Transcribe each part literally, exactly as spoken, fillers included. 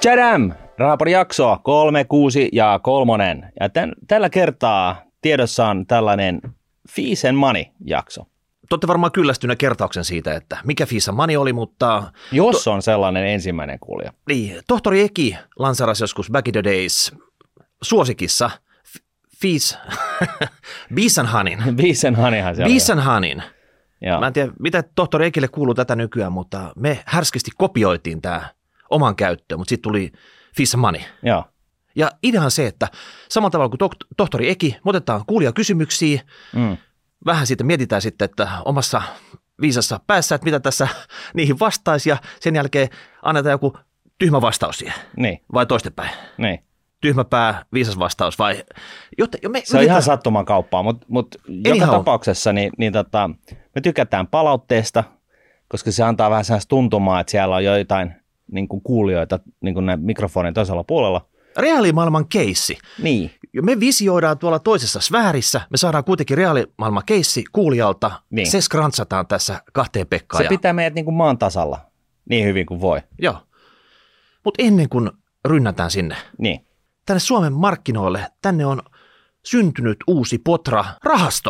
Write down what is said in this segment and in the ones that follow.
Tadam! Rahapodin jakso kolme, kuusi ja kolmonen. Ja tämän, tällä kertaa tiedossa on tällainen Fees and Money-jakso. Te olette varmaan kyllästyneet kertauksen siitä, että mikä Fees and Money oli, mutta... Jos to- on sellainen ensimmäinen kuulija. Niin, tohtori Eki lanserasi joskus back in the days suosikissa Fees... Bees and Honeyn. Bees and Honeyhan se oli. Bees and Honeyn. Joo. Mä en tiedä, mitä tohtori Ekille kuuluu tätä nykyään, mutta me härskisti kopioitiin tämä oman käyttöön, mutta sitten tuli Fees and Money. Joo. Ja idea on se, että samalla tavalla kuin to- tohtori Eki, me otetaan kuulijakysymyksiä, mm. vähän siitä mietitään sitten, että omassa viisassa päässä, että mitä tässä niihin vastaisi, ja sen jälkeen annetaan joku tyhmä vastaus siihen. Niin. Vai toistepäin. Niin. Tyhmä pää, viisas vastaus, vai... Jotta, jo me, se on ihan sattuman kauppaa, mutta mut joka Anyhow. tapauksessa niin, niin tota, me tykätään palautteesta, koska se antaa vähän sellaista tuntumaa, että siellä on joitain niin kuin kuulijoita niin kuin mikrofonin toisella puolella. Reaalimaailman keissi. Niin. Ja me visioidaan tuolla toisessa sfäärissä, me saadaan kuitenkin reaalimaailman keissi kuulijalta, niin. Se skrantsataan tässä kahteen Pekkaan. Se ja... pitää meidät niin kuin maan tasalla niin hyvin kuin voi. Joo, mutta ennen kuin rynnätään sinne, niin. tänne Suomen markkinoille, tänne on syntynyt uusi Potra-rahasto.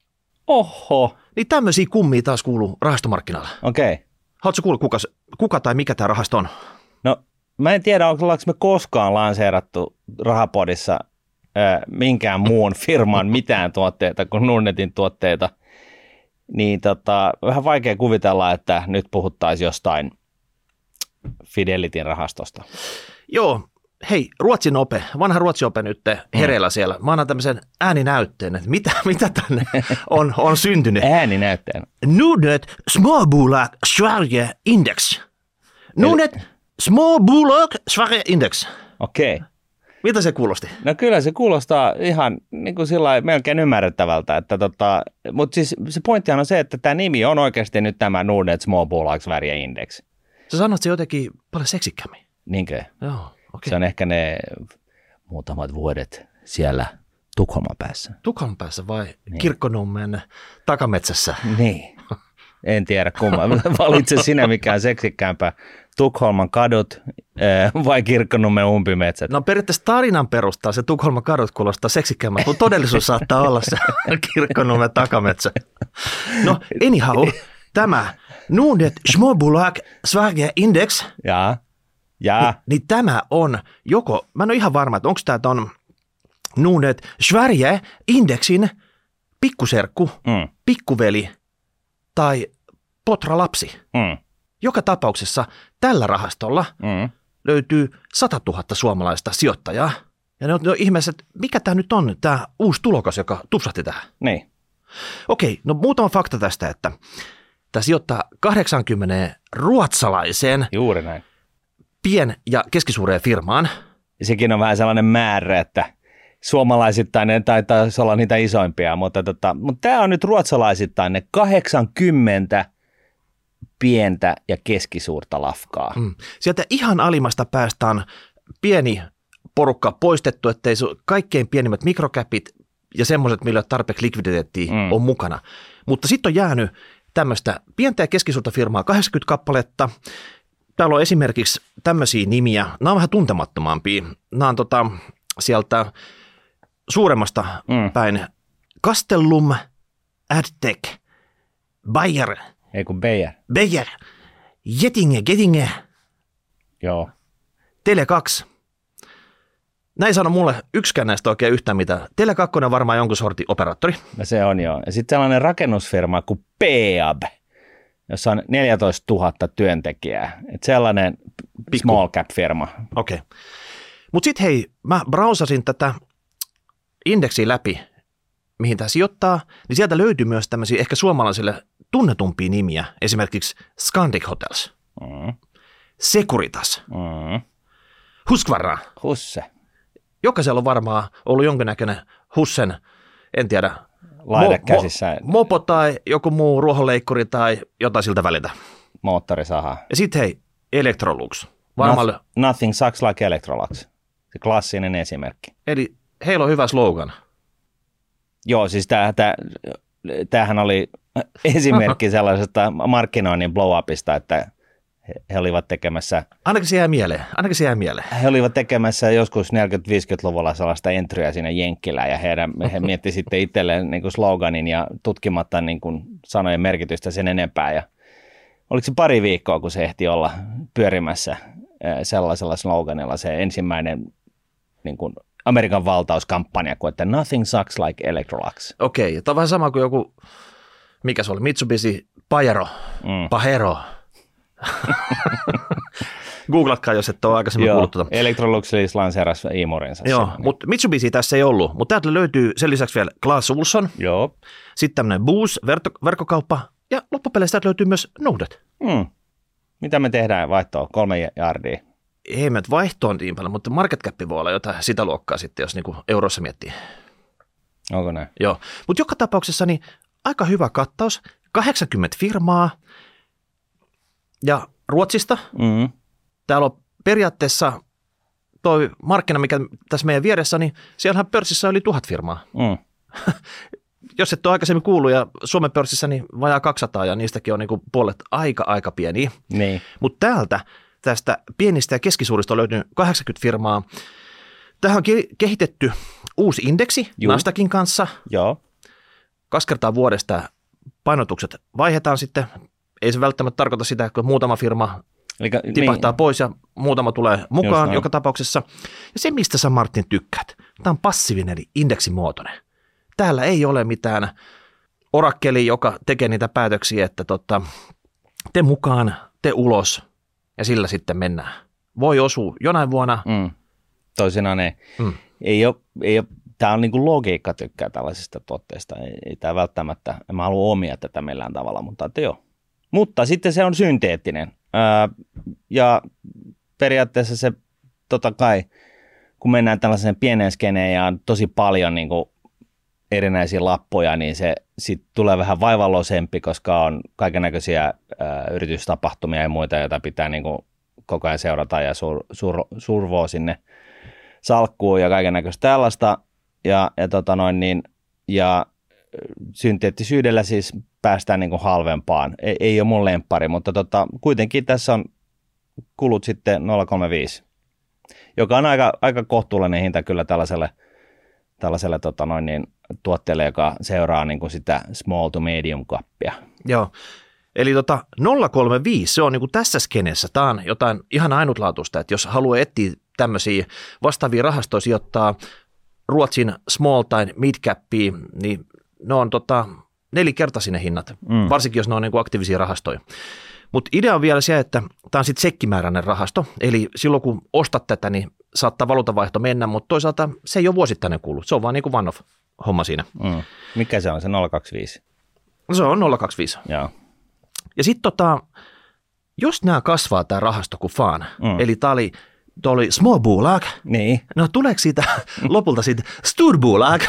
Oho. Niin tämmöisiä kummia taas kuuluu rahastomarkkinoilla. Okei. Okay. Haluatko kuulla, kuka, kuka tai mikä tämä rahasto on? No, mä en tiedä, ollaanko me koskaan lanseerattu Rahapodissa äh, minkään muun firman mitään tuotteita kuin Nordnetin tuotteita. Niin tota, vähän vaikea kuvitella, että nyt puhuttaisiin jostain Fidelityn rahastosta. Joo. Hei, Ruotsin ope, vanha Ruotsin ope nyt hereillä siellä. Mä annan tämmöisen ääninäytteen, että mitä, mitä tänne on, on syntynyt. Ääninäytteen? Nordnet Småbolag Sverige Index. Nordnet Småbolag Sverige Index. Okei. Okay. Miltä se kuulosti? No kyllä se kuulostaa ihan niin kuin sillä melkein ymmärrettävältä. Että tota, mutta siis se pointtihan on se, että tämä nimi on oikeasti nyt tämä Nordnet Småbolag Sverige Index. Sä sanot se jotenkin paljon seksikkäämmin. Niinkö? Joo. Okay. Se on ehkä ne muutamat vuodet siellä Tukholman päässä. Tukholman päässä vai niin. Kirkkonummen takametsässä? Niin, en tiedä kumman. Valitse sinä mikään seksikkäämpää. Tukholman kadut vai Kirkkonummen umpimetsät? No periaatteessa tarinan perustaa se Tukholman kadut kuulostaa seksikkäämmältä, mutta todellisuus saattaa olla se Kirkkonummen takametsä. No anyhow, tämä Nordnet Småbolag Sverige Index. Jaa. Ja. Ni, niin tämä on joko, mä en ole ihan varma, että onko tämä ton Nordnet Sverige Indexin pikkuserkku, mm. pikkuveli tai potralapsi. Mm. Joka tapauksessa tällä rahastolla mm. löytyy satatuhatta suomalaista sijoittajaa. Ja ne on, ne on ihmeessä, että mikä tämä nyt on, tämä uusi tulokas, joka tupsahti tähän. Niin. Okei, no muutama fakta tästä, että tämä sijoittaa kahdeksankymmentä ruotsalaiseen. Juuri näin. Pien- ja keskisuureen firmaan. Ja sekin on vähän sellainen määrä, että suomalaisittain ne taitaa olla niitä isoimpia, mutta, tota, mutta tämä on nyt ruotsalaisittain ne kahdeksankymmentä pientä ja keskisuurta lafkaa. Mm. Sieltä ihan alimmasta päästä on pieni porukka poistettu, ettei kaikkein pienimmät mikrokäpit ja semmoiset, millä tarpeeksi likviditeettiä mm. on mukana. Mutta sitten on jäänyt tämmöistä pientä ja keskisuurta firmaa kahdeksankymmentä kappaletta. Täällä on esimerkiksi tämmöisiä nimiä, nämä on vähän tuntemattomampia, nämä on tota, sieltä suuremmasta mm. päin, Castellum, AdTech, Bayer, ei kun Bayer, Bayer, Getinge, Getinge, joo, Tele kaksi. Näin sano mulle yksikään näistä oikein yhtään mitään. Tele kaksi on varmaan jonkun sortin operaattori. No se on joo. Ja sitten sellainen rakennusfirma kuin Peab, jossa on neljätoista tuhatta työntekijää. Et sellainen Pikku. small cap firma. Okei. Okay. Mutta sitten hei, mä browsasin tätä indeksiä läpi, mihin tämä sijoittaa, niin sieltä löytyy myös tämmöisiä ehkä suomalaisille tunnetumpia nimiä, esimerkiksi Scandic Hotels, mm. Securitas, mm. Husqvarna. Husse. Jokaisella on varmaan ollut jonkinnäköinen Hussen, en tiedä, laite käsissä. Mo- mopo tai joku muu ruohonleikkuri tai jotain siltä väliltä. Moottorisaha. Ja sitten hei, Electrolux. Varmaan... Noth- nothing sucks like Electrolux. Se klassinen esimerkki. Eli heillä on hyvä slogan. Joo, siis tämähän, tämähän oli esimerkki sellaisesta markkinoinnin blow-upista, että he, he olivat tekemässä... Ainakin se jää mieleen, ainakin se jää mieleen. He olivat tekemässä joskus neljäkymmentä-viisikymmentäluvulla sellaista entryä sinne Jenkkilään, ja heidän, he miettivät sitten itselleen niin kuin sloganin ja tutkimatta niin kuin sanojen merkitystä sen enempää. Ja oliko se pari viikkoa, kun se ehti olla pyörimässä sellaisella sloganilla se ensimmäinen niin kuin Amerikan valtauskampanja, kuin että nothing sucks like Electrolux. Okei, ja tämä on vähän sama kuin joku, mikä se oli, Mitsubishi Pajero, mm. Pajero. Googlatkaa, jos et ole aikaisemmin kuullut tuota. Electrolux lanseerasi iimurinsa. Joo, siinä, mutta Mitsubishi tässä ei ollut. Mutta täältä löytyy sen lisäksi vielä Clas Ohlson, Joo. sitten tämmöinen Bose verkko- verkkokauppa ja loppupeleissä täältä löytyy myös Noudet. Mm. Mitä me tehdään vaihtoa? Kolme jardia. Ei me vaihtoon niin paljon, mutta market cap voi olla jotain sitä luokkaa sitten, jos niinku eurossa miettii. Onko näin? Joo, mutta joka tapauksessa niin aika hyvä kattaus, kahdeksankymmentä firmaa ja Ruotsista. Mm. Täällä on periaatteessa toi markkina, mikä tässä meidän vieressä, niin siellähän pörssissä on yli tuhat firmaa. Mm. Jos et ole aikaisemmin kuullut ja Suomen pörssissä, niin vajaa kaksisataa ja niistäkin on niinku puolet aika, aika pieniä. Niin. Mutta täältä, tästä pienistä ja keskisuurista on löytynyt kahdeksankymmentä firmaa. Tähän on kehitetty uusi indeksi Juu. Nasdaqin kanssa. Joo. Kaksi kertaa vuodesta painotukset vaihdetaan sitten. Ei se välttämättä tarkoita sitä, että muutama firma Eli, tipahtaa niin. pois ja muutama tulee mukaan joka tapauksessa. Ja se, mistä sä Martin tykkäät, tämä on passiivinen eli indeksimuotoinen. Täällä ei ole mitään orakkeli, joka tekee niitä päätöksiä, että tota, te mukaan, te ulos ja sillä sitten mennään. Voi osua jonain vuonna. Mm. Toisinaan ei. Mm. Ei ole, ei ole, tämä on niin kuin logiikka tykkää tällaisista tuotteista. Ei, ei tämä välttämättä, en mä halua omia tätä millään tavalla, mutta että joo. Mutta sitten se on synteettinen. Ää, ja periaatteessa se totta kai, kun mennään tällaiseen pieneen skeneen ja on tosi paljon niin kuin erinäisiä lappuja, niin se sitten tulee vähän vaivalloisempi, koska on kaikennäköisiä ää, yritystapahtumia ja muita, joita pitää niin kuin koko ajan seurata ja sur, sur, survoo sinne salkkuun ja kaikennäköistä tällaista. Ja, ja, tota noin, niin, ja synteettisyydellä siis päästään niin kuin halvempaan. Ei, ei ole mun lemppari, mutta tota, kuitenkin tässä on kulut sitten nolla pilkku kolmekymmentäviisi, joka on aika, aika kohtuullinen hinta kyllä tällaiselle, tällaiselle tota noin niin, tuotteelle, joka seuraa niin kuin sitä small to medium kappia. Joo, eli tota nolla pilkku kolmekymmentäviisi, se on niin kuin tässä skenessä, tämä on jotain ihan ainutlaatuista, että jos haluaa etsiä tämmöisiä vastaavia rahastoja sijoittaa Ruotsin small tai mid capia, niin ne on tota nelikertaisia ne hinnat, mm. varsinkin jos ne on niin kuin aktiivisia rahastoja. Mutta idea on vielä se, että tämä on sitten sekkimääräinen rahasto, eli silloin kun ostat tätä, niin saattaa valuutavaihto mennä, mutta toisaalta se ei ole vuosittainen kulu, se on vaan niin kuin one-off homma siinä. Mm. Mikä se on, se nolla pilkku kaksikymmentäviisi? No se on nolla pilkku kaksikymmentäviisi. Joo. Ja sitten tota, jos nämä kasvaa tämä rahasto kuin fan, mm. eli tämä oli, oli small bolag, niin. No tuleeko siitä lopulta siitä storbolag?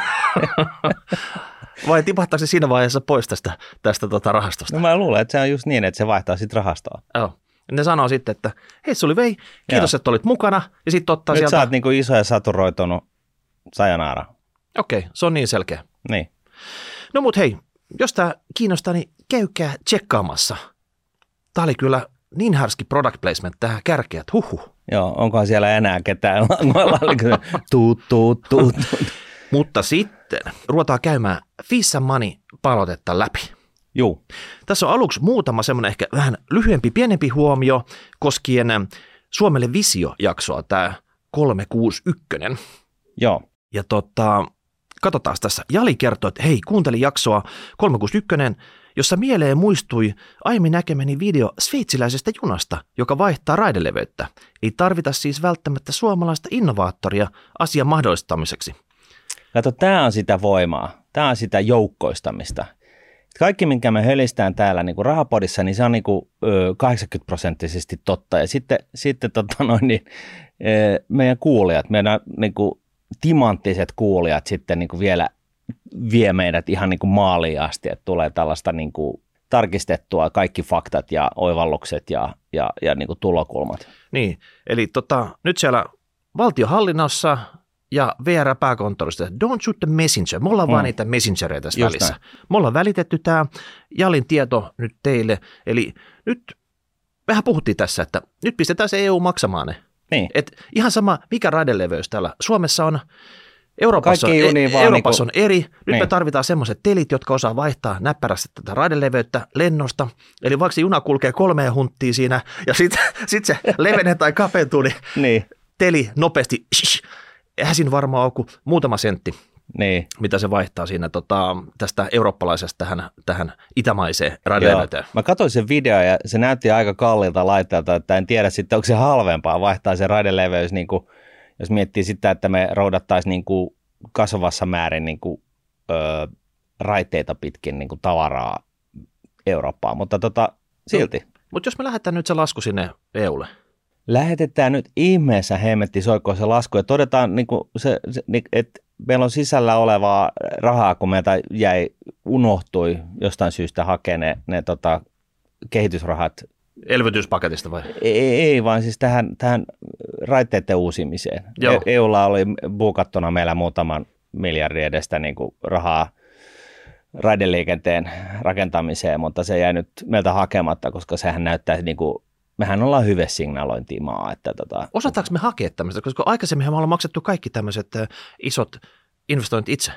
Vai tipahtaako se siinä vaiheessa pois tästä, tästä tota rahastosta? No mä luulen, että se on just niin, että se vaihtaa sitten rahastoa. Joo. Ne sanoo sitten, että hei se oli vei, kiitos, Joo. että olit mukana. Ja sitten ottaa Nyt sieltä... sä oot niinku iso ja saturoitunut sayonara. Okei, okay, se on niin selkeä. Niin. No mut hei, jos tää kiinnostaa, niin käykää tsekkaamassa. Tää oli kyllä niin härski product placement tähän kärkeä, että huhhuh. Joo, onkohan siellä enää ketään tuut, tuut, tuut. Mutta sitten ruvetaan käymään Fissa Money-palautetta läpi. Juu. Tässä on aluksi muutama semmoinen ehkä vähän lyhyempi, pienempi huomio koskien Suomelle Visio-jaksoa, tämä kolmesataakuusikymmentäyksi. Joo. Ja tota, katsotaan tässä. Jali kertoo, että hei, kuuntelin jaksoa kolmesataakuusikymmentäyksi, jossa mieleen muistui aiemmin näkemäni video sveitsiläisestä junasta, joka vaihtaa raideleveyttä. Ei tarvita siis välttämättä suomalaista innovaattoria asian mahdollistamiseksi. Kato, tämä on sitä voimaa. Tämä on sitä joukkoistamista. Kaikki, minkä me hölistään täällä niin kuin rahapodissa, niin se on niin kuin, ö, kahdeksankymmentä prosenttisesti totta. Ja sitten, sitten tota noin, niin, ö, meidän kuulijat, meidän niin kuin, timanttiset kuulijat sitten niin kuin vielä vie meidät ihan niin kuin maaliin asti, että tulee tällaista niin kuin, tarkistettua kaikki faktat ja oivallukset ja, ja, ja niin kuin tulokulmat. Niin, eli tota, nyt siellä valtionhallinnossa ja V R-pääkonttorista, don't shoot the messenger. Me ollaan mm. vaan niitä messengereitä tässä Just välissä. Näin. Me ollaan välitetty tämä Jalin tieto nyt teille. Eli nyt vähän puhuttiin tässä, että nyt pistetään se E U maksamaan ne. Niin. Et ihan sama, mikä raideleveys täällä Suomessa on. Euroopassa, on, Euroopassa Euroopassa niinku, on eri. Nyt niin. me tarvitaan semmoiset telit, jotka osaa vaihtaa näppärästi tätä raideleveyttä lennosta. Eli vaikka se juna kulkee kolmeen hunttia siinä ja sitten sit se levenee tai kapentuu, niin, niin. teli nopeasti. Eihän siinä varmaan ole kuin muutama sentti, niin. mitä se vaihtaa siinä tota, tästä eurooppalaisesta tähän, tähän itämaiseen raideleveyteen. Mä katsoin sen video ja se näytti aika kalliilta laitteelta, että en tiedä sitten, onko se halvempaa vaihtaa se raideleveys, niin kuin, jos miettii sitä, että me roudattaisiin niin kuin kasvavassa määrin niin kuin, ö, raiteita pitkin niin kuin tavaraa Eurooppaan, mutta tota, silti. No, mutta jos me lähdetään nyt se lasku sinne E U:lle. Lähetetään nyt ihmeessä hemmetti soikkoon se lasku ja todetaan, niin kuin se, se, että meillä on sisällä olevaa rahaa, kun meiltä jäi, unohtui jostain syystä hakea ne, ne tota, kehitysrahat. Elvytyspaketista vai? Ei, ei vaan siis tähän, tähän raiteiden uusimiseen. Joo. E Ulla oli buukattuna meillä muutaman miljardin edestä niin kuin rahaa raideliikenteen rakentamiseen, mutta se jäi nyt meiltä hakematta, koska sehän näyttäisi niin kuin mehän ollaan hyvesignalointimaa. Että tota... Osataanko me hakea tämmöistä, koska aikaisemmin me ollaan maksettu kaikki tämmöiset isot investoinnit itse.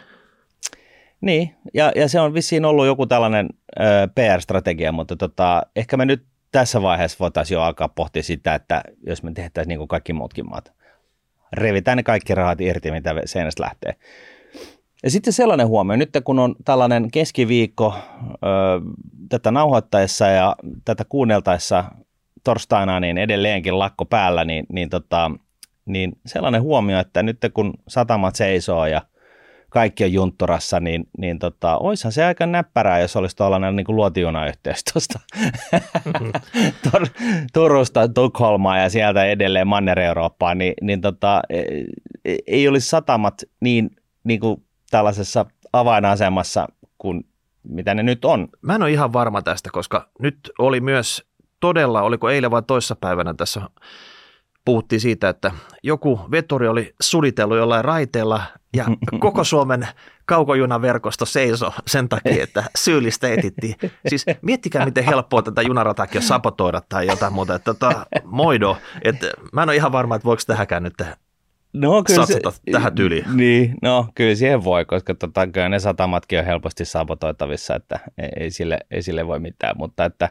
Niin, ja, ja se on vissiin ollut joku tällainen ö, P R-strategia, mutta tota, ehkä me nyt tässä vaiheessa voitaisiin jo alkaa pohtia sitä, että jos me tehtäisiin niin kuin kaikki muutkin maat, revitään ne kaikki rahat irti, mitä seinästä lähtee. Ja sitten sellainen huomio, nyt kun on tällainen keskiviikko ö, tätä nauhoittaessa ja tätä kuunneltaessa torstaina niin edelleenkin lakko päällä, niin, niin, tota, niin sellainen huomio, että nyt kun satamat seisoo ja kaikki on juntturassa, niin, niin tota, oishan se aika näppärää, jos olisi tuollainen niin kuin luotijunayhteys tuosta mm-hmm. Tur- Turusta Tukholmaan ja sieltä edelleen Manner-Eurooppaan, niin, niin tota, ei, ei olisi satamat niin, niin kuin tällaisessa avainasemassa kuin mitä ne nyt on. Mä en ole ihan varma tästä, koska nyt oli myös todella, oliko eilen vai toissapäivänä tässä puhuttiin siitä, että joku veturi oli sulitellut jollain raiteella ja koko Suomen kaukojunaverkosto seisoi sen takia, että syyllistä etittiin. Siis miettikää, miten helppoa tätä junaratakin on sabotoida tai jotain muuta. Että tota, moido, että mä en ole ihan varma, että voiko tähänkään nyt no, kyllä satsata se, tähän tyyliin. Niin, no kyllä siihen voi, koska tota, kyllä ne satamatkin on helposti sabotoitavissa, että ei, ei, sille, ei sille voi mitään, mutta että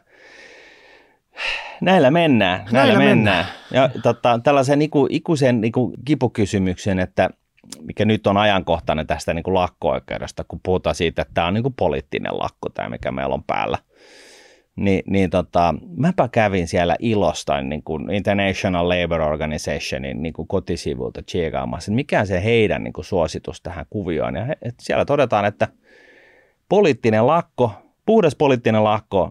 näillä mennään, näillä, näillä mennään. mennään. Ja tota, tällaisen iku, ikuisen niinku, kipukysymyksen, että mikä nyt on ajankohtainen tästä niinku, lakko-oikeudesta, kun puhutaan siitä, että tämä on niinku, poliittinen lakko, tämä mikä meillä on päällä. Ni, niin tota, mäpä kävin siellä ILOsta, niin kuin International Labour Organizationin niin kuin kotisivulta tsiekaamassa, että mikä se heidän niin kuin suositus tähän kuvioon. Ja he, että siellä todetaan, että poliittinen lakko, puhdas poliittinen lakko,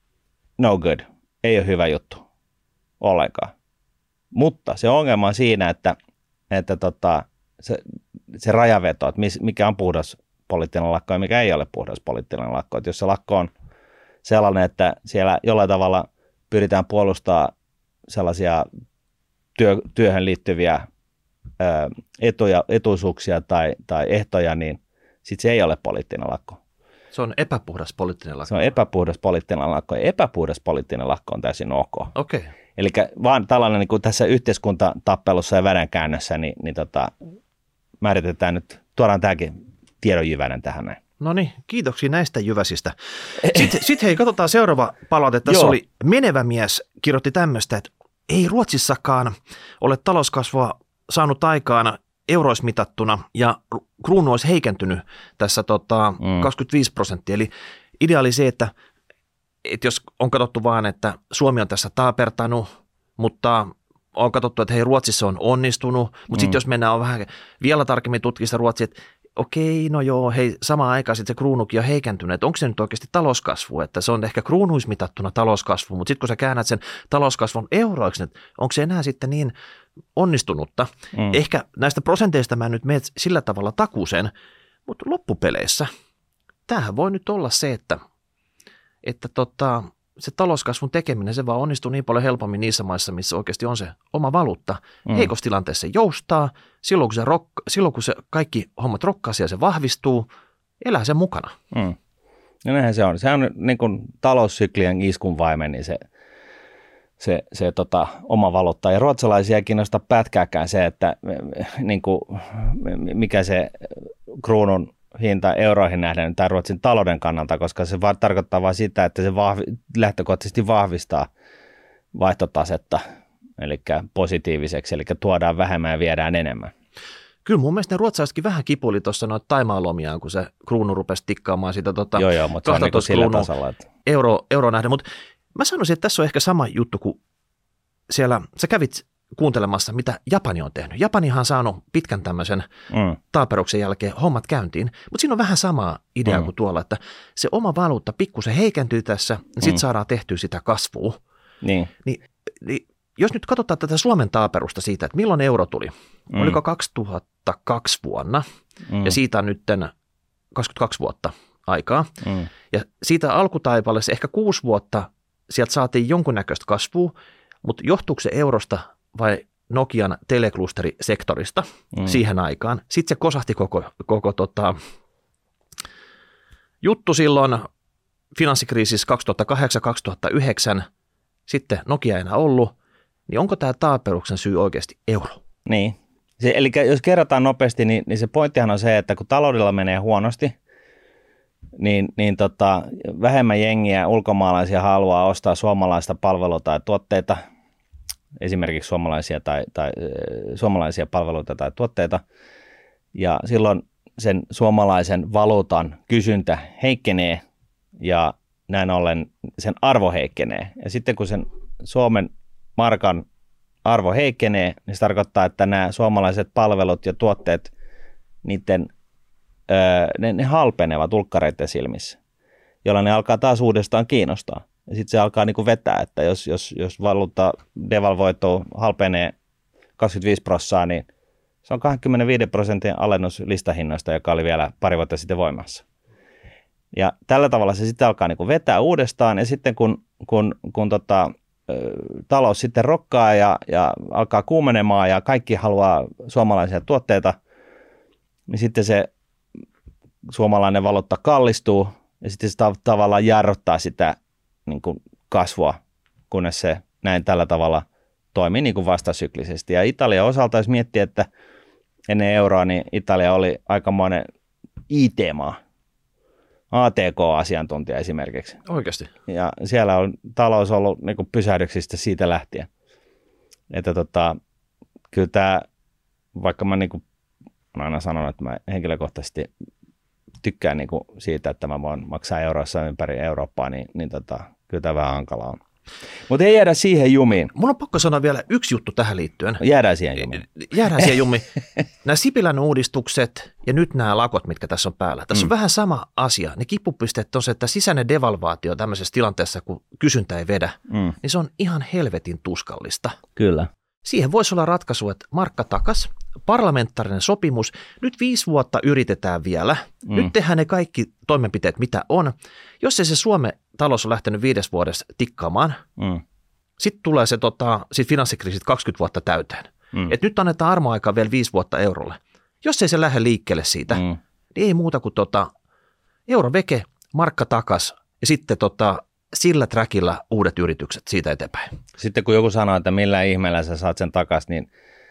no good. Ei ole hyvä juttu ollenkaan. Mutta se ongelma on siinä, että, että tota, se, se rajaveto, että mikä on puhdas poliittinen lakko ja mikä ei ole puhdas poliittinen lakko. Että jos se lakko on sellainen, että siellä jollain tavalla pyritään puolustamaan sellaisia työ, työhön liittyviä ö, etuja, etuisuuksia tai, tai ehtoja, niin sitten se ei ole poliittinen lakko. Se on epäpuhdas poliittinen lakko. Se on epäpuhdas poliittinen lakko, ja epäpuhdas poliittinen lakko on täysin ok. Okei. Okay. Eli vaan tällainen niin kuin tässä yhteiskuntatappelussa ja vedänkäännössä, niin, niin tota, määritetään nyt, tuodaan tämäkin tiedonjyvänän tähän näin. No niin, kiitoksia näistä jyväsistä. Sitten sit hei, katsotaan seuraava palaute. Tässä oli Menevä mies, kirjoitti tämmöistä, että ei Ruotsissakaan ole talouskasvua saanut aikaan euroismitattuna ja kruunu olisi heikentynyt tässä tota, mm. kaksikymmentäviisi prosenttia. Eli idea oli se, että, että jos on katsottu vaan, että Suomi on tässä taapertanut, mutta on katsottu, että hei Ruotsissa on onnistunut, mutta mm. sitten jos mennään vähän vielä tarkemmin tutkista Ruotsia, että okei, no joo, hei, samaan aikaan sitten se kruunukin on heikentynyt, että onko se nyt oikeasti talouskasvu, että se on ehkä kruunuismitattuna talouskasvu, mutta sitten kun sä käännät sen talouskasvun euroiksi, että onko se enää sitten niin onnistunutta. Mm. Ehkä näistä prosenteista mä nyt menen sillä tavalla takuuseen, mutta loppupeleissä tämähän voi nyt olla se, että, että tota, se talouskasvun tekeminen, se vaan onnistuu niin paljon helpommin niissä maissa, missä oikeasti on se oma valuutta. Mm. Heikossa tilanteessa se joustaa, silloin kun se, rok, silloin kun se kaikki hommat rokkaa ja se vahvistuu, elää se mukana. Mm. No näinhän se on. Se on niin kuin taloussyklien iskun vaimen, niin se se, se tota, oma valuutta. Ja ruotsalaisia ei kiinnosta pätkääkään se, että niin kuin, mikä se kruunun hinta euroihin nähden tai Ruotsin talouden kannalta, koska se vaan tarkoittaa vain sitä, että se vahvi, lähtökohtaisesti vahvistaa vaihtotasetta, eli positiiviseksi, eli tuodaan vähemmän ja viedään enemmän. Kyllä mun mielestä ne ruotsalaisetkin vähän kipuili tuossa noita Taimaa-lomiaan, kun se kruunu rupesi tikkaamaan sitä tota, joo, joo, mutta se on niin sillä tasolla. Että... Euro, euro nähden, mutta mä sanoisin, että tässä on ehkä sama juttu, kun siellä sä kävit kuuntelemassa, mitä Japani on tehnyt. Japanihan on saanut pitkän tämmöisen mm. taaperuksen jälkeen hommat käyntiin, mutta siinä on vähän sama idea mm. kuin tuolla, että se oma valuutta pikkusen heikentyy tässä, ja sitten mm. saadaan tehtyä sitä kasvua. Niin. Ni, niin jos nyt katsotaan tätä Suomen taaperusta siitä, että milloin euro tuli, mm. oliko kaksituhattakaksi vuonna, mm. ja siitä on nyt kaksikymmentäkaksi vuotta aikaa, mm. ja siitä alkutaipaleessa ehkä kuusi vuotta sieltä saatiin jonkunnäköistä kasvua, mutta johtuuko se eurosta vai Nokian teleklusterisektorista mm. siihen aikaan? Sitten se kosahti koko, koko tota, juttu silloin finanssikriisissä kaksituhattakahdeksan kaksituhattayhdeksän, sitten Nokia ei enää ollut, niin onko tämä taaperuksen syy oikeasti euro? Niin, se, eli jos kerrotaan nopeasti, niin, niin se pointtihan on se, että kun taloudella menee huonosti, niin, niin tota, vähemmän jengiä ulkomaalaisia haluaa ostaa suomalaista palvelua tai tuotteita, esimerkiksi suomalaisia, tai, tai, suomalaisia palveluita tai tuotteita, ja silloin sen suomalaisen valuutan kysyntä heikkenee, ja näin ollen sen arvo heikkenee. Ja sitten kun sen Suomen markan arvo heikkenee, niin se tarkoittaa, että nämä suomalaiset palvelut ja tuotteet, niiden, öö, ne, ne halpenevat ulkkareiden silmissä, jolloin ne alkaa taas uudestaan kiinnostaa. Ja sitten se alkaa niin kuin vetää, että jos, jos, jos valuutta devalvoituu, halpenee kaksikymmentäviisi prosenttia, niin se on kaksikymmentäviisi prosentin alennus listahinnoista, joka oli vielä pari vuotta sitten voimassa. Ja tällä tavalla se sitten alkaa niin kuin vetää uudestaan, ja sitten kun, kun, kun tota, talous sitten rokkaa ja, ja alkaa kuumenemaan ja kaikki haluaa suomalaisia tuotteita, niin sitten se suomalainen valuutta kallistuu ja sitten se tavallaan jarruttaa sitä niin kuin kasvua, kunnes se näin tällä tavalla toimii niin kuin vastasyklisesti. Ja Italian osalta, jos miettii, että ennen euroa, niin Italia oli aikamoinen I T-maa. A T K-asiantuntija esimerkiksi. Oikeasti. Ja siellä on talous ollut niin kuin pysähdyksistä siitä lähtien. Että tota, kyllä tämä, vaikka mä niin kuin, olen aina sanonut, että mä henkilökohtaisesti tykkään niin kuin siitä, että mä voin maksaa euroissa ympäri Eurooppaa, niin, niin tota, kyllä tämä vähän hankalaa on. Mutta ei jäädä siihen jumiin. Mun on pakko sanoa vielä yksi juttu tähän liittyen. Jäädään siihen jumiin. Jäädään siihen jumiin. Nämä Sipilän uudistukset ja nyt nämä lakot, mitkä tässä on päällä. Tässä mm. on vähän sama asia. Ne kipupisteet on se, että sisäinen devalvaatio tämmöisessä tilanteessa, kun kysyntä ei vedä, mm. niin se on ihan helvetin tuskallista. Kyllä. Siihen voisi olla ratkaisu, at markka takas, parlamentaarinen sopimus. Nyt viisi vuotta yritetään vielä. Mm. Nyt tehdään ne kaikki toimenpiteet, mitä on. Jos ei se Suomen talous on lähtenyt viides vuodessa tikkaamaan, mm. sitten tulee se tota, sit finanssikriisit kaksikymmentä vuotta täyteen. Mm. Et nyt annetaan armoaikaa vielä viisi vuotta eurolle. Jos ei se lähde liikkeelle siitä, mm. niin ei muuta kuin tota, euro veke, markka takas ja sitten tota, sillä trackillä uudet yritykset siitä eteenpäin. Sitten kun joku sanoo, että millä ihmeellä sä saat sen takaisin, niin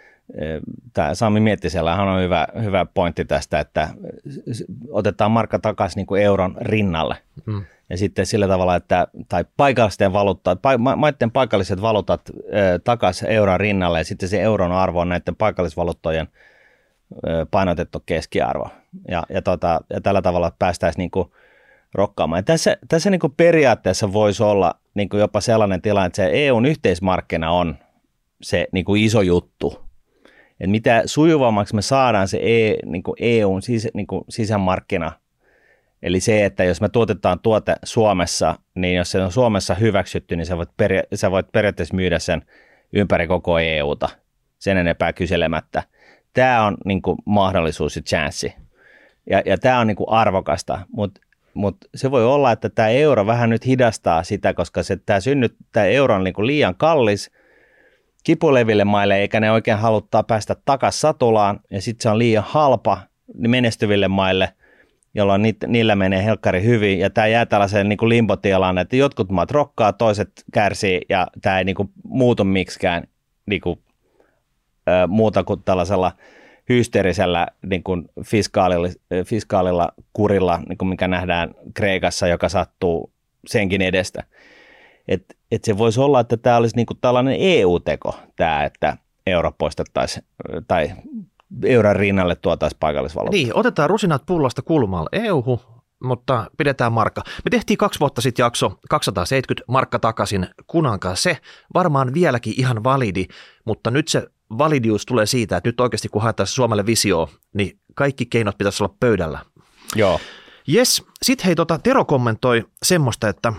tämä Sami Miettisellähän on hyvä, hyvä pointti tästä, että otetaan markka takaisin niin kuin euron rinnalle. Mm. Ja sitten sillä tavalla, että tai paikallisten valuuttat, maiden paikalliset valuutat takaisin euron rinnalle, ja sitten se euron arvo on näiden paikallisvaluuttojen painotettu keskiarvo. Ja, ja, tota, ja tällä tavalla päästäisiin niin kuin rokkaamaan. Ja tässä tässä niin kuin periaatteessa voisi olla niin kuin jopa sellainen tilanne, että se E U:n yhteismarkkina on se niin kuin iso juttu. Et mitä sujuvammaksi me saadaan se E, niin kuin E U:n sis, niin kuin sisämarkkina, eli se, että jos me tuotetaan tuote Suomessa, niin jos se on Suomessa hyväksytty, niin sä voit, peria- sä voit periaatteessa myydä sen ympäri koko E U:ta, sen enempää kyselemättä. Tämä on niin kuin mahdollisuus ja chanssi. Ja, ja tämä on niin kuin arvokasta, mutta mut se voi olla, että tämä euro vähän nyt hidastaa sitä, koska se, tämä, synnyt, tämä euro on niin kuin liian kallis kipuleville maille, eikä ne oikein haluttaa päästä takaisin satulaan, ja sitten se on liian halpa menestyville maille, jolloin niit, niillä menee helkkari hyvin, ja tämä jää tällaiseen niin kuin limbotilaan, että jotkut maat rokkaa, toiset kärsii, ja tämä ei niin kuin muutu miksikään niin kuin, ö, muuta kuin tällaisella hysteerisellä niin kuin fiskaalilla, fiskaalilla kurilla, niin kuin mikä nähdään Kreikassa, joka sattuu senkin edestä. Et, et se voisi olla, että tämä olisi niin kuin tällainen E U-teko, tämä, että euro poistettaisiin, tai euron rinnalle tuotaisiin paikallisvaluutta. Niin, otetaan rusinat pullasta kulmalla E U-hu, mutta pidetään markka. Me tehtiin kaksi vuotta sitten jakso kaksisataaseitsemänkymmentä markka takaisin kunankaan. Se varmaan vieläkin ihan validi, mutta nyt se validius tulee siitä, että nyt oikeasti kun haetaan Suomelle visioa, niin kaikki keinot pitäisi olla pöydällä. Joo. Jes, sitten hei, tota, Tero kommentoi semmoista, että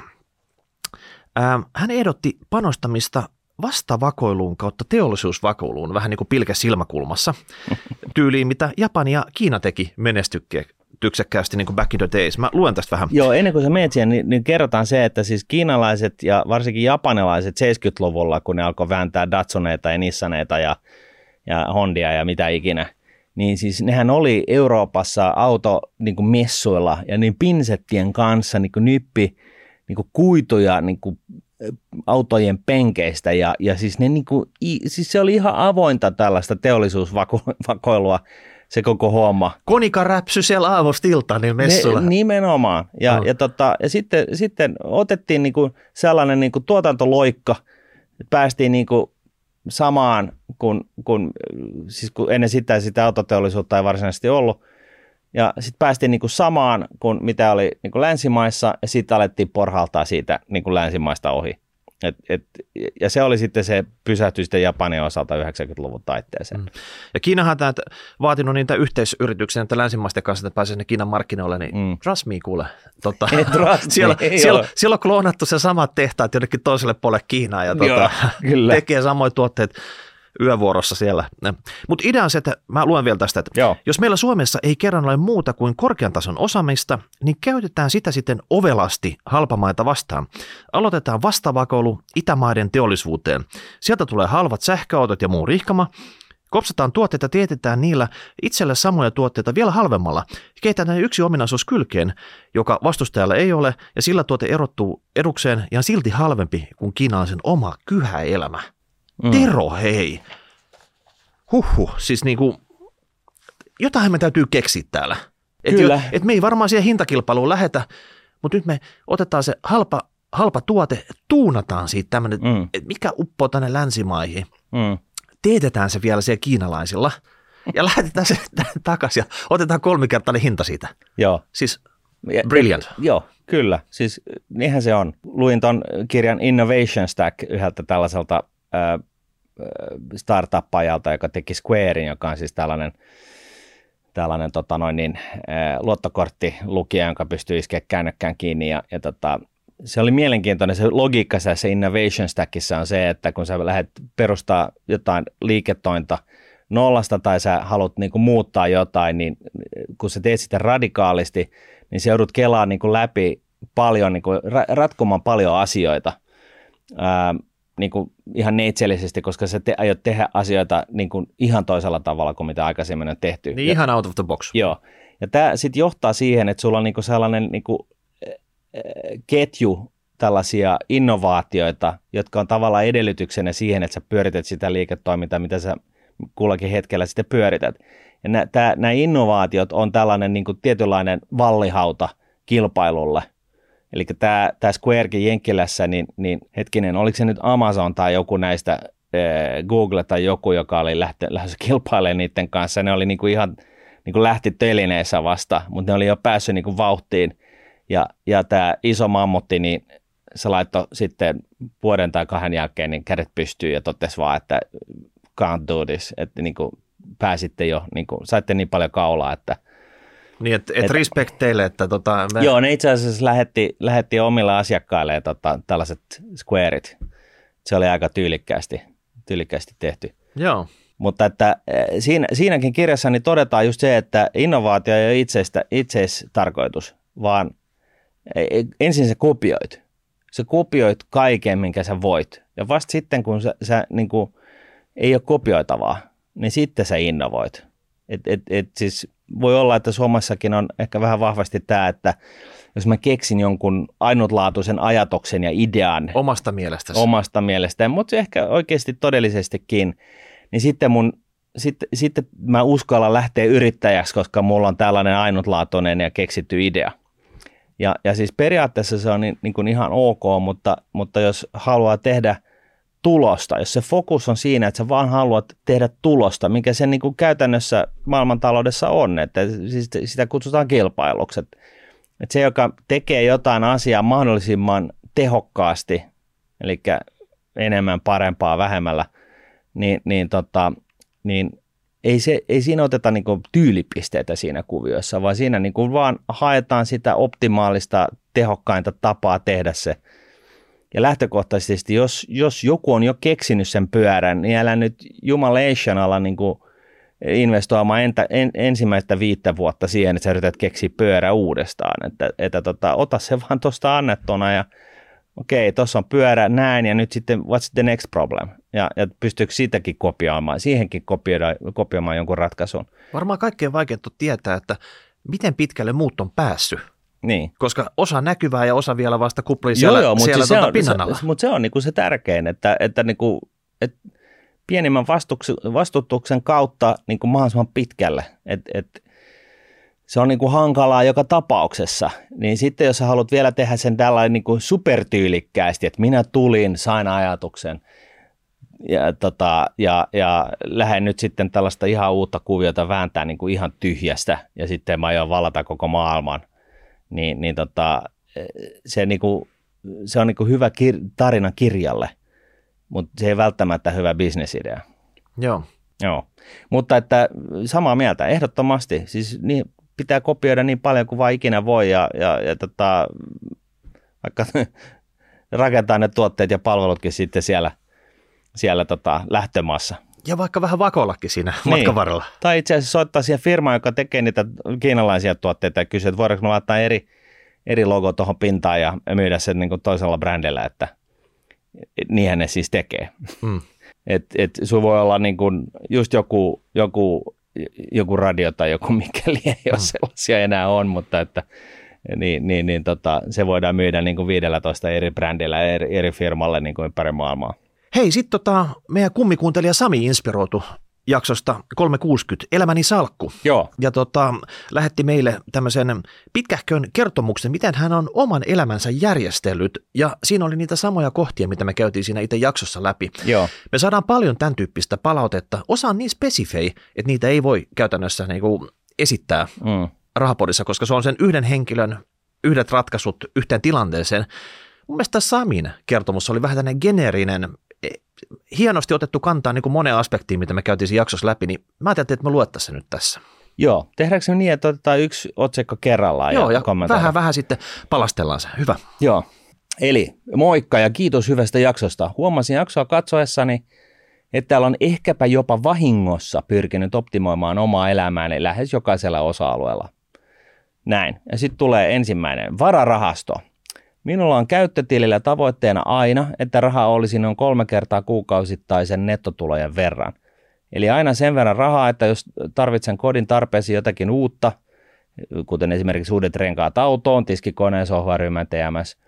ää, hän ehdotti panostamista vastavakoiluun kautta teollisuusvakoiluun, vähän niin kuin pilke silmäkulmassa, tyyliin mitä Japani ja Kiina teki menestyksekkäästi niin kuin back in the days. Mä luen tästä vähän. Joo, ennen kuin sä menet siihen, niin, niin kerrotaan se, että siis kiinalaiset ja varsinkin japanilaiset seitsemänkymmentäluvulla, kun ne alkoi vääntää Datsuneita ja Nissaneita ja, ja Hondia ja mitä ikinä, niin siis nehän oli Euroopassa automessuilla ja niin pinsettien kanssa niin kuin nyppi niin kuin kuituja niin kuin autojen penkeistä ja, ja siis, ne niin kuin, siis se oli ihan avointa tällaista teollisuusvakoilua se koko homma. Konika räpsy siellä aamusta iltaan niin messuilla. Ne, nimenomaan. Ja, no. ja, tota, ja sitten, sitten otettiin niin kuin sellainen niin kuin tuotantoloikka, että päästiin niin kuin samaan, kun, kun, siis kun ennen sitä sitä autoteollisuutta ei varsinaisesti ollut. Ja sitten päästiin niin kuin samaan kuin mitä oli niin kuin länsimaissa, ja sitten alettiin porhaltaa siitä niin kuin länsimaista ohi. Et, et, ja se oli sitten se pysähtyi sitten Japanin osalta yhdeksänkymmentäluvun taitteeseen. Mm. Ja Kiinahan tämä vaatinut niitä yhteisyrityksiä, että länsimaisten kanssa, että pääsee sinne Kiinan markkinoille, niin mm. trust me, kuule. Tota, siellä, siellä, siellä on kloonattu se samat tehtaat jonnekin toiselle puolelle Kiinaa ja tota, Joo, tekee samoja tuotteet yövuorossa siellä. Mutta idea on se, että mä luen vielä tästä, että Joo. jos meillä Suomessa ei kerran ole muuta kuin korkean tason osaamista, niin käytetään sitä sitten ovelasti halpamaita vastaan. Aloitetaan vastavakoilu Itämaiden teollisuuteen. Sieltä tulee halvat sähköautot ja muu rihkama. Kopsataan tuotteita, teetetään niillä itselle samoja tuotteita vielä halvemmalla. Kehitetään yksi ominaisuus kylkeen, joka vastustajalla ei ole, ja sillä tuote erottuu edukseen ja on silti halvempi kuin kiinalaisen oma kyhäelämä. Mm. Tero, hei. Huhhuh, siis niinku, jotain me täytyy keksiä täällä. Et Kyllä. Jo, et me ei varmaan siihen hintakilpailuun lähetä, mutta nyt me otetaan se halpa, halpa tuote, tuunataan siitä tämmöinen, mm. että mikä uppoo tänne länsimaihin. Mm. Teetetään se vielä siellä kiinalaisilla ja lähetetään se takaisin ja otetaan kolmikertainen hinta siitä. Joo. Siis brilliant. Ja, joo, kyllä. Siis niinhän se on. Luin ton kirjan Innovation Stack yhdeltä tällaiselta startup-ajalta, joka teki Squarein, joka on siis tällainen, tällainen tota noin niin, luottokorttilukija, jonka pystyy iskeä käännökkään kiinni. Ja, ja tota, se oli mielenkiintoinen. Se logiikka se Innovation Stackissa on se, että kun sä lähdet perustaa jotain liiketointa nollasta tai sä haluat niin kuin muuttaa jotain, niin kun sä teet sitä radikaalisti, niin sä joudut kelaamaan niin kuin läpi paljon, niin kuin ratkomaan paljon asioita. Ää, niin kuin ihan neitsellisesti, koska sä te, aiot tehdä asioita niin kuin ihan toisella tavalla kuin mitä aikaisemmin on tehty. Niin ja, ihan out of the box. Joo. Ja tämä sitten johtaa siihen, että sulla on niin kuin sellainen niin kuin, äh, ketju tällaisia innovaatioita, jotka on tavallaan edellytyksenä siihen, että sä pyörität sitä liiketoimintaa, mitä sä kullakin hetkellä sitten pyörität. Ja nä, tää, nämä innovaatiot on tällainen niin kuin tietynlainen vallihauta kilpailulle. Eli tämä, tämä Squarekin Jenkkilässä, niin, niin hetkinen, oliko se nyt Amazon tai joku näistä, äh, Google tai joku, joka oli lähtö, lähdössä kilpailemaan niiden kanssa. Ne oli niin kuin ihan niin kuin lähti telineessä vasta, mutta ne oli jo päässyt niin kuin vauhtiin. Ja, ja tämä iso mammutti, niin se laittoi sitten vuoden tai kahden jälkeen niin kädet pystyyn ja totesi vaan, että can't do this. Että niin kuin pääsitte jo, niin kuin, saitte niin paljon kaulaa, että niin, että et respect teille, että tota... Me... Joo, ne itse asiassa lähetti, lähetti omilla asiakkaille tota, tällaiset squareit. Se oli aika tyylikkäästi, tyylikkäästi tehty. Joo. Mutta että siinä, siinäkin kirjassa niin todetaan just se, että innovaatio ei ole itseistä, itseistarkoitus, vaan ensin sä kopioit. Sä kopioit kaiken, minkä sä voit. Ja vasta sitten, kun sä, sä niin kuin, ei ole kopioitavaa, niin sitten sä innovoit. Et, et, et siis voi olla, että Suomessakin on ehkä vähän vahvasti tämä, että jos mä keksin jonkun ainutlaatuisen ajatuksen ja idean. Omasta mielestäsi. Omasta mielestään, mutta ehkä oikeasti todellisestikin, niin sitten mun Sitten, sitten mä uskallan lähteä yrittäjäksi, koska mulla on tällainen ainutlaatuinen ja keksitty idea. Ja, ja siis periaatteessa se on niin, niin kuin ihan ok, mutta, mutta jos haluaa tehdä tulosta, jos se fokus on siinä, että sä vaan haluat tehdä tulosta, mikä se niin kuin käytännössä maailmantaloudessa on, että siis sitä kutsutaan kilpailuksi. Että se, joka tekee jotain asiaa mahdollisimman tehokkaasti, eli enemmän, parempaa, vähemmällä, niin, niin tota, niin ei, se, ei siinä oteta niin kuin tyylipisteitä siinä kuviossa, vaan siinä niin kuin vaan haetaan sitä optimaalista, tehokkainta tapaa tehdä se. Ja lähtökohtaisesti, jos, jos joku on jo keksinyt sen pyörän, niin älä nyt jumalation ala niin kuin investoimaan entä, en, ensimmäistä viittä vuotta siihen, että sä yrität keksiä pyörä uudestaan. Että, että tota, ota se vaan tuosta annettuna ja okei, tuossa on pyörä, näin, ja nyt sitten what's the next problem? Ja, ja pystyykö siitäkin kopioimaan, siihenkin kopioida, kopioimaan jonkun ratkaisun? Varmaan kaikkein vaikeinta on tietää, että miten pitkälle muut on päässyt. Niin. Koska osa näkyvää ja osa vielä vasta kuplii siellä, joo, joo, mutta siellä se, tuota on, pinnan alla. Se, mutta se on niinku se tärkein, että, että, niinku, että pienimmän vastutuksen kautta niinku mahdollisimman pitkälle. Et, et, se on niinku hankalaa joka tapauksessa. Niin sitten jos sä haluat vielä tehdä sen tällainen niinku supertyylikkäästi, että minä tulin, sain ajatuksen ja, tota, ja, ja lähden nyt sitten tällaista ihan uutta kuviota vääntää niinku ihan tyhjästä ja sitten mä aion vallata koko maailman. Niin, niin tota, se, niinku, se on niinku hyvä kir- tarina kirjalle, mutta se ei välttämättä hyvä bisnesidea. Joo. Joo, mutta että samaa mieltä, ehdottomasti. Siis niin, pitää kopioida niin paljon kuin vaan ikinä voi ja, ja, ja tota, vaikka rakentaa ne tuotteet ja palvelutkin sitten siellä, siellä tota, lähtömaassa. Ja vaikka vähän vakoillakin siinä niin. matkan varrella. Tai itse asiassa soittaa siihen firmaan, joka tekee niitä kiinalaisia tuotteita ja kysyä, että voidaanko me laittaa eri, eri logo tuohon pintaan ja myydä sen niin kuin toisella brändillä, että niinhän ne siis tekee. Mm. Että et sun voi olla niin kuin just joku, joku, joku radio tai joku mikäli, jos mm. sellaisia enää on, mutta että niin, niin, niin, tota, se voidaan myydä niin kuin viidellätoista eri brändillä eri, eri firmalle niin kuin ympäri maailmaa. Hei, sitten tota, meidän kummikuuntelija Sami inspiroitui jaksosta kolmesataakuusikymmentä, Elämäni salkku. Joo. Ja tota, lähetti meille tämmöisen pitkähkön kertomuksen, miten hän on oman elämänsä järjestellyt. Ja siinä oli niitä samoja kohtia, mitä me käytiin siinä itse jaksossa läpi. Joo. Me saadaan paljon tämän tyyppistä palautetta. Osa on niin spesifei, että niitä ei voi käytännössä niinku esittää mm. Rahapodissa, koska se on sen yhden henkilön yhdet ratkaisut yhteen tilanteeseen. Mun mielestä Samin kertomus oli vähän tämmöinen geneerinen, hienosti otettu kantaa niin kuin moneen aspektiin, mitä me käytiin siinä jaksossa läpi, niin mä ajattelin, että me luettaisiin se nyt tässä. Joo, tehdäänkö me niin, että otetaan yksi otsikko kerrallaan? Joo, ja, ja vähän vähän sitten palastellaan se. Hyvä. Joo, eli moikka ja kiitos hyvästä jaksosta. Huomasin jaksoa katsoessani, että täällä on ehkäpä jopa vahingossa pyrkinyt optimoimaan omaa elämääni lähes jokaisella osa-alueella. Näin. Ja sitten tulee ensimmäinen, vararahasto. Minulla on käyttötilillä tavoitteena aina, että raha olisi noin kolme kertaa kuukausittaisen nettotulojen verran. Eli aina sen verran rahaa, että jos tarvitsen kodin tarpeisiin jotakin uutta, kuten esimerkiksi uudet renkaat autoon, tiskikoneen, sohvaryhmän, T M S,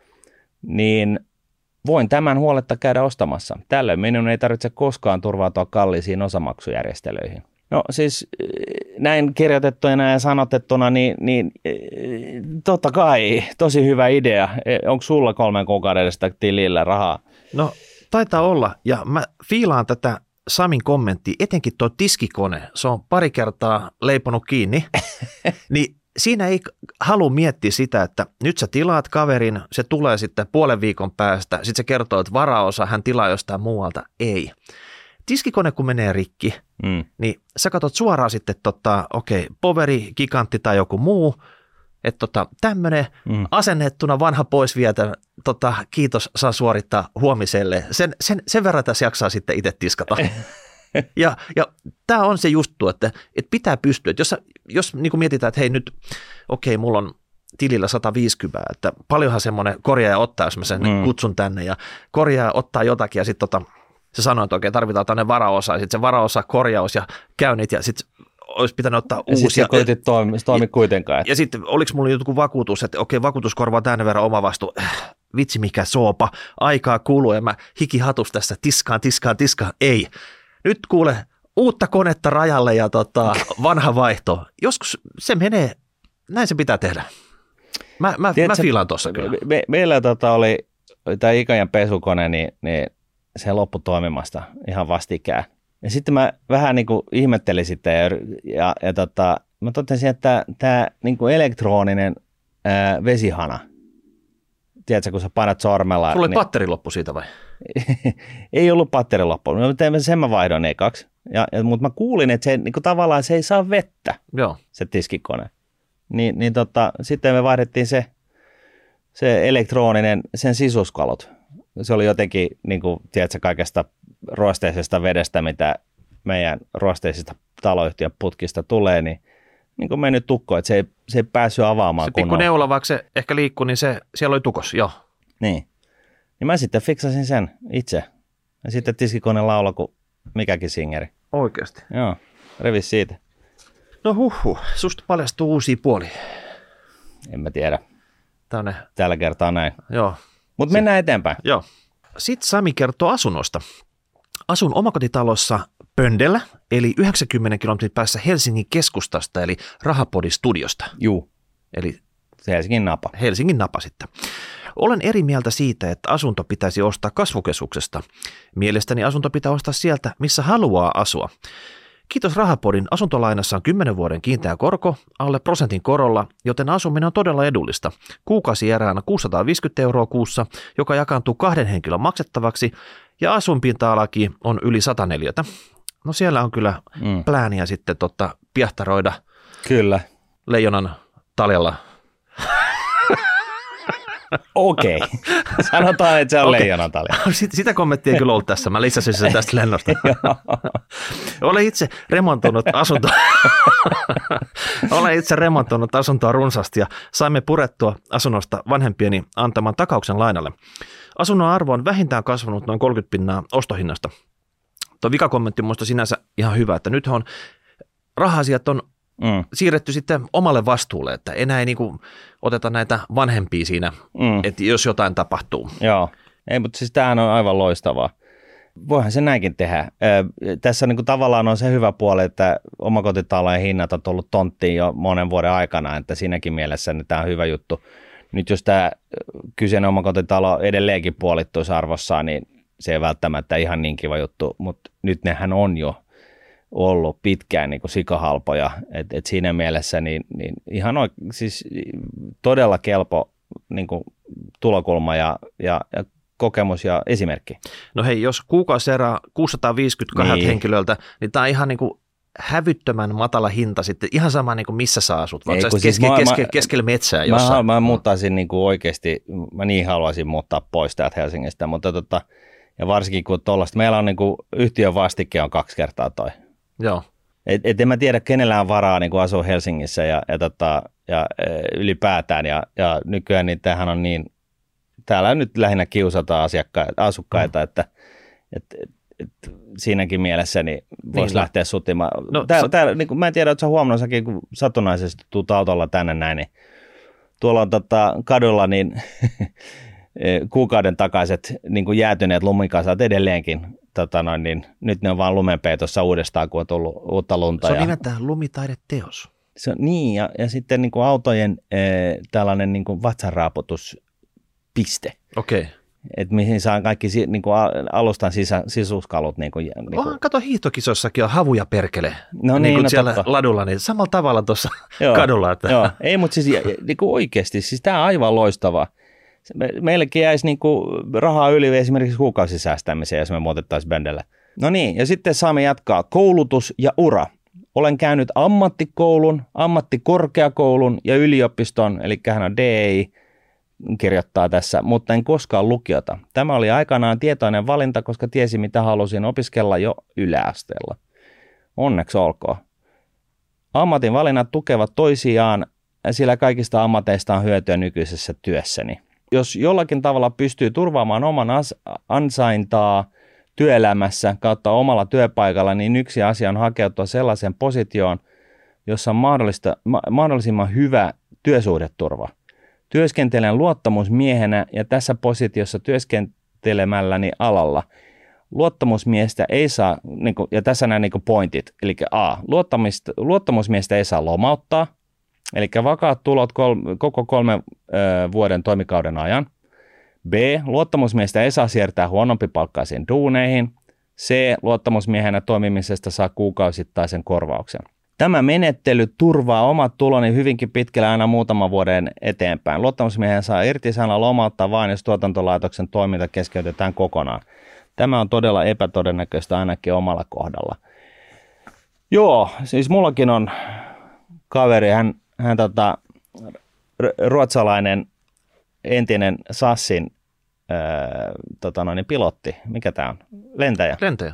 niin voin tämän huoletta käydä ostamassa. Tällöin minun ei tarvitse koskaan turvautua kalliisiin osamaksujärjestelyihin. No siis näin kirjoitettuna ja sanotettuna, niin, niin totta kai tosi hyvä idea. Onko sulla kolmen kuukauden edestä tilillä rahaa? No taitaa olla, ja mä fiilaan tätä Samin kommenttia, etenkin tuo tiskikone, se on pari kertaa leiponut kiinni, niin siinä ei halua miettiä sitä, että nyt sä tilaat kaverin, se tulee sitten puolen viikon päästä, sitten se kertoo, että varaosa hän tilaa jostain muualta. Ei. Tiskikone kun menee rikki, mm. niin sä katsot suoraan sitten, tota, okei, okay, poveri, gigantti tai joku muu, että tota, tämmöinen mm. asennettuna vanha pois vietä, tota, kiitos, saa suorittaa huomiselle. Sen, sen, sen verran tässä jaksaa sitten itse tiskata. ja ja tämä on se juttu, että, että pitää pystyä, että jos, jos niin kuin mietitään, että hei nyt, okei, okay, mulla on tilillä sata viisikymmentä, että paljonhan semmoinen korjaaja ottaa, jos mä sen mm. kutsun tänne, ja korjaaja ottaa jotakin, ja sitten tota, se sanoo, että okei, tarvitaan tämmöinen varaosa, ja sitten se varaosa, korjaus ja käynnit, ja sitten olisi pitänyt ottaa ja uusia. Ja sitten toimi, toimi kuitenkaan. Ja, ja sitten oliko mulla joku vakuutus, että okei, vakuutus korvaa tämän verran oma vastuu. Vitsi mikä soopa, aikaa kuluu ja mä hikihatus tässä tiskaan, tiskaan, tiskaan. Ei. Nyt kuule uutta konetta rajalle ja tota, vanha vaihto. Joskus se menee, näin se pitää tehdä. Mä, mä, Tiedätkö, mä fiilaan tuossa kyllä. Me, meillä tota oli tämä Ikajan pesukone, niin, niin se loppui toimimasta ihan vastikään. Ja sitten mä vähän niin kuin ihmettelin sitä ja, ja, ja tota, mä totesin, että tämä niin kuin elektroninen ää, vesihana, tiedätkö, kun sä painat sormella. Sulla oli niin, patteri loppu siitä vai? Ei ollut patteri loppu. Mä tein sen mä vaihdon ekaksi. Ja, ja, mutta mä kuulin, että se, niin kuin tavallaan se ei saa vettä, Joo. se tiskikone. Niin, niin tota, sitten me vaihdettiin se, se elektroninen, sen sisuskalot. Se oli jotenkin, niin kuin, tiedätkö, kaikesta ruosteisesta vedestä, mitä meidän ruosteisista taloyhtiön putkista tulee, niin, niin kuin mennyt tukkoon, että se ei, se ei päässyt avaamaan. Se pikku neula, vaikka se ehkä liikkui, niin se, siellä oli tukos, joo. Niin. Niin mä sitten fiksasin sen itse. Ja sitten tiskikone lauloi kuin mikäkin singeri. Oikeasti? Joo, revis siitä. No huhhuh, susta paljastuu uusia puolia. En mä tiedä. Tänne. Tällä kertaa näin. Joo. Mutta mennään eteenpäin. Joo. Sitten Sami kertoo asunnosta. Asun omakotitalossa Pöndellä, eli yhdeksänkymmentä kilometrin päässä Helsingin keskustasta, eli Rahapodi-studiosta. Juu. Eli se Helsingin napa. Helsingin napa sitten. Olen eri mieltä siitä, että asunto pitäisi ostaa kasvukeskuksesta. Mielestäni asunto pitää ostaa sieltä, missä haluaa asua. Kiitos Rahapodin, asuntolainassa on kymmenen vuoden kiinteä korko, alle prosentin korolla, joten asuminen on todella edullista. Kuukausi eräänä kuusisataaviisikymmentä euroa kuussa, joka jakaantuu kahden henkilön maksettavaksi, ja asuinpinta-alakin on yli sata neliötä. No siellä on kyllä mm. plääniä sitten totta, piahtaroida. Kyllä. Leijonan taljalla. Okei. Okay. Sanotaan, että se on okay. Leijonan taljalla. Sitä kommenttia ei kyllä ollut tässä. Mä lisäsin sen tästä lennosta. Olen itse remontoinut asuntoa. Olen itse remontoinut asuntoa runsaasti ja saimme purettua asunnosta vanhempieni antaman takauksen lainalle. Asunnon arvo on vähintään kasvanut noin kolmekymmentä pinnaa ostohinnasta. Tuo vikakommentti on minusta sinänsä ihan hyvä, että nythän on raha-asiat on Mm. siirretty sitten omalle vastuulle, että enää ei niin kuin oteta näitä vanhempia siinä, mm. että jos jotain tapahtuu. Joo, ei, mutta siis tämähän on aivan loistavaa. Voihan se näinkin tehdä. Ö, tässä niin kuin tavallaan on se hyvä puoli, että omakotitalojen hinnat on tullut tonttiin jo monen vuoden aikana, että siinäkin mielessä niin tämä on hyvä juttu. Nyt jos tämä kyseinen omakotitalo edelleenkin puolittuisi arvossaan, niin se ei välttämättä ihan niin kiva juttu, mutta nyt nehän on jo ollut pitkään niin kuin sikahalpoja, että et siinä mielessä niin, niin ihan oik, siis todella kelpo niin kuin tulokulma ja, ja, ja kokemus ja esimerkki. No hei, jos kuukausi erää kuusisataaviisikymmentä niin. henkilöltä, niin tämä on ihan niin kuin hävyttömän matala hinta sitten, ihan sama niin kuin missä sä asut, vaan sä siis keske, mä, keske, keskellä metsää jossain. Mä, mä muuttaisin niin kuin oikeasti, mä niin haluaisin muuttaa pois täältä Helsingistä, mutta tota, ja varsinkin kun tuollaista, meillä on niin kuin yhtiön vastike on kaksi kertaa toi. Joo. Et, et en mä tiedä, kenellä on varaa niin asua Helsingissä ja, ja, tota, ja ylipäätään. Ja, ja nykyään niin tämähän on niin, täällä nyt lähinnä kiusataan asiakkaita, asukkaita, mm. että et, et, et, siinäkin mielessä niin voisi niin, lähteä sutimaan. No, tää, sa- tää, niin kuin, mä en tiedä, että sä huomannut, säkin kun satunnaisesti tuut autolla tänne näin, niin tuolla on tota, kadulla niin kuukauden takaiset niin kuin jäätyneet lumikasat edelleenkin. Tota noin, niin nyt ne on vaan lumenpeitossa uudestaan, kun on tullut uutta lunta. Se on nimeltään lumitaideteos. Se on, niin, ja, ja sitten niin kuin autojen e, tällainen niin kuin vatsanraaputuspiste. Okei. Okay. Että mihin saa kaikki niin kuin alustan sisä, sisuskalut. Niin kuin, niin kuin. Oh, kato, hiihtokisossakin on havuja perkele. No niin, niin kuin no siellä totta. ladulla, niin samalla tavalla tuossa kadulla. Että. Joo, ei, mutta siis niin kuin oikeasti, siis tämä on aivan loistavaa. Me, meillekin jäisi niinku rahaa yli esimerkiksi kuukausisäästämiseen, jos me muutettaisiin bändellä. No niin, ja sitten saamme jatkaa. Koulutus ja ura. Olen käynyt ammattikoulun, ammattikorkeakoulun ja yliopiston, eli hän on D E I, kirjoittaa tässä, mutta en koskaan lukiota. Tämä oli aikanaan tietoinen valinta, koska tiesin, mitä halusin opiskella jo yläasteella. Onneksi olkoon. Ammatin valinnat tukevat toisiaan, sillä kaikista ammateista on hyötyä nykyisessä työssäni. Jos jollakin tavalla pystyy turvaamaan oman ansaintaa työelämässä kautta omalla työpaikalla, niin yksi asia on hakeutua sellaiseen positioon, jossa on mahdollista, ma- mahdollisimman hyvä työsuhdeturva. Työskentelen luottamusmiehenä ja tässä positiossa työskentelemälläni alalla luottamusmiestä ei saa, niin kuin, ja tässä nämä niin kuin pointit, eli A, luottamusmiestä ei saa lomauttaa, eli vakaat tulot kol, koko kolmen ö, vuoden toimikauden ajan. B, luottamusmiestä ei saa siirtää huonompipalkkaisiin duuneihin. C, luottamusmiehenä toimimisesta saa kuukausittaisen korvauksen. Tämä menettely turvaa omat tuloni hyvinkin pitkälle aina muutaman vuoden eteenpäin. Luottamusmiehen saa irtisanoa lomauttaa vain, jos tuotantolaitoksen toiminta keskeytetään kokonaan. Tämä on todella epätodennäköistä ainakin omalla kohdalla. Joo, siis mullakin on kaveri, hän, hän tota, ruotsalainen entinen Sassin ää, tota noin, pilotti, mikä tämä on, lentäjä. Lentäjä.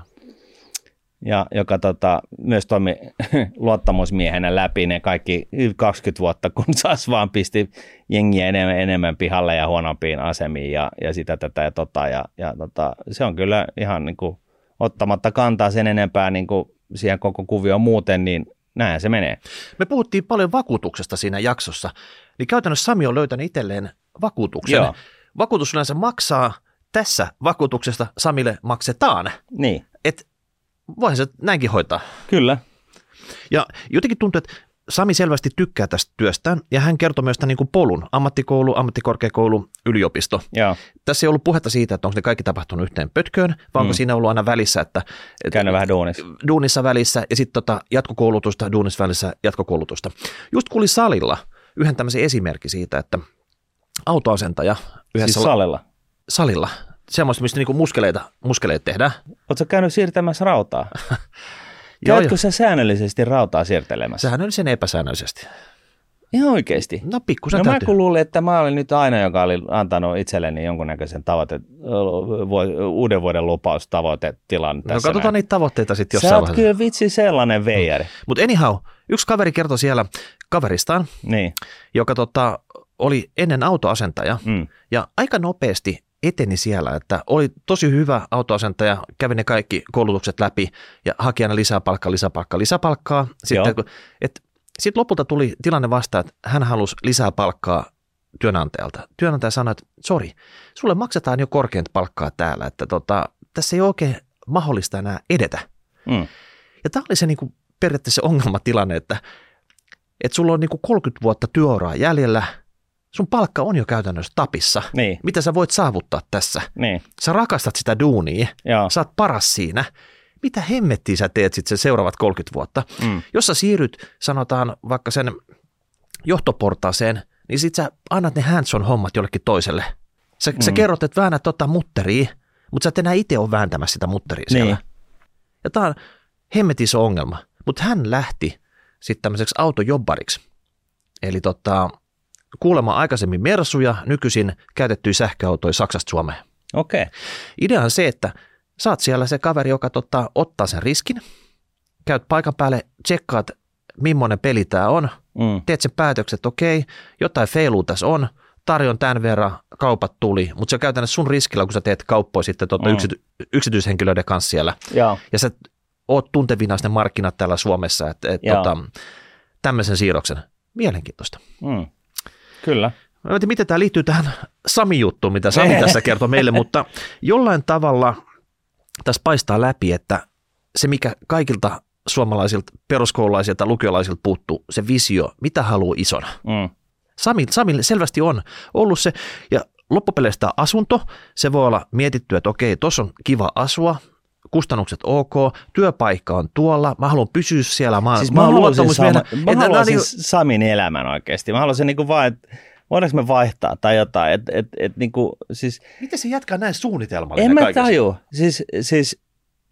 Ja joka tota, myös toimi luottamusmiehenä läpi ne kaikki kaksikymmentä vuotta, kun Sass vaan pisti jengiä enemmän, enemmän pihalle ja huonompiin asemiin ja, ja sitä tätä ja tota. Ja, ja tota, se on kyllä ihan niin kuin, ottamatta kantaa sen enempää niin kuin siihen koko kuvioon muuten, niin näin se menee. Me puhuttiin paljon vakuutuksesta siinä jaksossa, niin käytännössä Sami on löytänyt itselleen vakuutuksen. Joo. Vakuutus yleensä maksaa, tässä vakuutuksesta Samille maksetaan. Niin. Et voihan se näinkin hoitaa. Kyllä. Ja jotenkin tuntuu, että Sami selvästi tykkää tästä työstään, ja hän kertoi myös tämän niin kuin polun, ammattikoulu, ammattikorkeakoulu, yliopisto. Joo. Tässä ei ollut puhetta siitä, että onko ne kaikki tapahtunut yhteen pötköön, vaan onko mm. siinä ollut aina välissä, että... Käynyt vähän duunissa. Duunissa välissä, ja sitten tota jatkokoulutusta, duunissa välissä jatkokoulutusta. Just kuuli salilla yhden tämmöisen esimerkki siitä, että autoasentaja yhdessä... Siis salilla? Salilla. Semmoista, mistä niinku muskeleita, muskeleita tehdään. Oletko käynyt siirtämässä rautaa? Käytkö sä säännöllisesti rautaa siirtelemässä? Säännöllisen epäsäännöllisesti. Ihan oikeasti? No pikkusen no, täytyy. mä kun luulin, että mä olin nyt aina, joka oli antanut itselleni jonkunnäköisen tavoite, uuden vuoden lupaustavoitetilan no, tässä. No katsotaan näin. Niitä tavoitteita sitten jossain vaiheessa. Sä oot vaiheessa. kyllä vitsi sellainen veijari. Mm. Mutta anyhow, yksi kaveri kertoi siellä kaveristaan, niin. joka tota, oli ennen autoasentaja mm. ja aika nopeasti eteni siellä, että oli tosi hyvä autoasentaja, kävi ne kaikki koulutukset läpi ja haki aina lisää palkkaa, lisää palkkaa, lisää palkkaa. Sitten, et, sitten lopulta tuli tilanne vastaan, että hän halusi lisää palkkaa työnantajalta. Työnantaja sanoi, että sori, sulle maksetaan jo korkeinta palkkaa täällä, että tota, tässä ei ole oikein mahdollista enää edetä. Mm. Ja tämä oli se niin kuin periaatteessa ongelmatilanne, että, että sulla on niin kuin kolmekymmentä vuotta työuraa jäljellä, sun palkka on jo käytännössä tapissa. Niin. Mitä sä voit saavuttaa tässä? Niin. Sä rakastat sitä duunia, Joo. sä oot paras siinä. Mitä hemmettiä sä teet sitten seuraavat kolmekymmentä vuotta? Mm. Jos sä siirryt, sanotaan vaikka sen johtoportaaseen, niin sit sä annat ne hands-on hommat jollekin toiselle. Sä, mm. sä kerrot, että väännät tota mutteria, mutta sä et enää itse ole vääntämässä sitä mutteria siellä. Niin. Ja tää on hemmetin iso ongelma. Mutta hän lähti sitten tämmöiseksi autojobbariksi. Eli tota... kuulemma aikaisemmin Mersuja, nykyisin käytettyjä sähköautoja Saksasta Suomeen. Okei. Okay. Idea on se, että sä oot siellä se kaveri, joka tota, ottaa sen riskin, käyt paikan päälle, tsekkaat, millainen peli tämä on, mm. teet sen päätökset, että okei, jotain feilua tässä on, tarjon tämän verran, kaupat tuli, mutta se on käytännössä sun riskillä, kun sä teet kauppoja sitten tota, mm. yksity- yksityishenkilöiden kanssa siellä. Joo. Ja sä oot tuntevina ne markkinat täällä Suomessa, että et, tota, tämmöisen siirroksen. Mielenkiintoista. Mm. Kyllä. Mä en tiedä, miten tämä liittyy tähän Sami-juttuun, mitä Sami tässä kertoi meille, mutta jollain tavalla tässä paistaa läpi, että se mikä kaikilta suomalaisilta peruskoululaisilta lukiolaisilta puuttuu, se visio, mitä haluaa isona. Mm. Sami, Samille selvästi on ollut se, ja loppupeleistä asunto, se voi olla mietitty, että okei, tuossa on kiva asua, kustannukset ok, työpaikka on tuolla, mä haluan pysyä siellä. Mä, siis mä, mä haluaisin, Sama, mä haluaisin niin, Samin elämän oikeasti. Mä haluaisin niin kuin vaan, että voidaanko me vaihtaa tai jotain. Et, et, et, niin kuin, siis, miten se jätkää näin suunnitelmallinen? En mä taju. Siis, siis,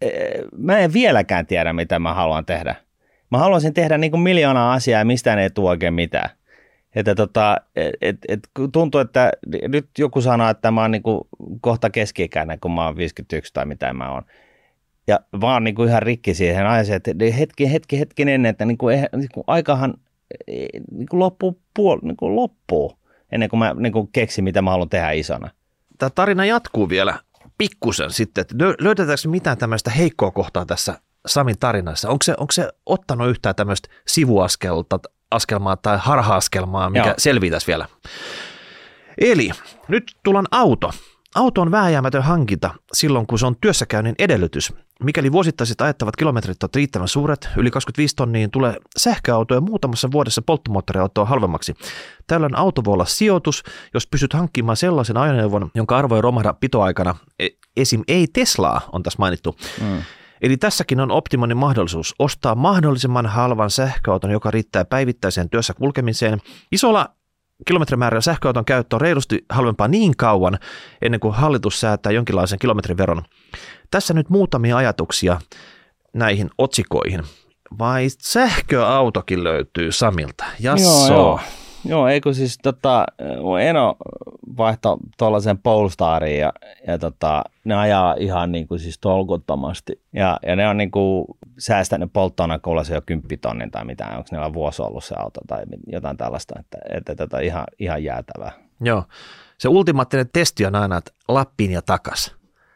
mä en vieläkään tiedä, mitä mä haluan tehdä. Mä haluaisin tehdä niin kuin miljoonaa asiaa ja mistään ei tule oikein mitään. Että tota, et, et, tuntuu, että nyt joku sanoo, että mä oon niin kuin kohta keski-ikäinen, kun mä oon viisikymmentäyksi tai mitä mä oon. Ja vaan niin kuin ihan rikki siihen ajaseen, että hetki, hetki, hetki ennen, että niin kuin, niin kuin aikahan niin kuin loppuu, puol, niin kuin loppuu ennen kuin mä niin kuin keksin, mitä mä haluan tehdä isona. Tämä tarina jatkuu vielä pikkusen sitten, että löydetäänkö mitään tämmöistä heikkoa kohtaa tässä Samin tarinassa? Onko se, onko se ottanut yhtään tämmöistä sivuaskelta, askelmaa tai harha-askelmaa, mikä Joo. selvii tässä vielä? Eli nyt tullaan auto. Auto on vääjäämätön hankinta silloin, kun se on työssäkäynnin edellytys. Mikäli vuosittaiset ajettavat kilometrit ovat riittävän suuret, yli kaksikymmentäviisi tonnia, tulee sähköautoja muutamassa vuodessa polttomoottoriautoa halvemmaksi. Tällöin auto voi olla sijoitus, jos pystyt hankkimaan sellaisen ajoneuvon, jonka arvo ei romahda pitoaikana. Esim. Ei Teslaa on tässä mainittu. Mm. Eli tässäkin on optimoinnin mahdollisuus ostaa mahdollisimman halvan sähköauton, joka riittää päivittäiseen työssä kulkemiseen. Isolla kilometrimäärällä sähköauton käyttö on reilusti halvempaa niin kauan, ennen kuin hallitus säätää jonkinlaisen kilometriveron. Tässä nyt muutamia ajatuksia näihin otsikoihin. Vai sähköautokin löytyy Samilta? Jasso. Joo, joo. Joo, eikö siis tota, mun eno vaihto tuollaisen Polestariin ja, ja tota, ne ajaa ihan niin kuin siis tolkuttomasti. Ja, ja ne on niin kuin säästänyt polttoainekoulaisen jo kymppitonnin tai mitään, onko niillä vuosi ollut se auto tai jotain tällaista, että, että, että ihan, ihan jäätävää. Joo, se ultimaattinen testi on aina, että Lappiin ja takas.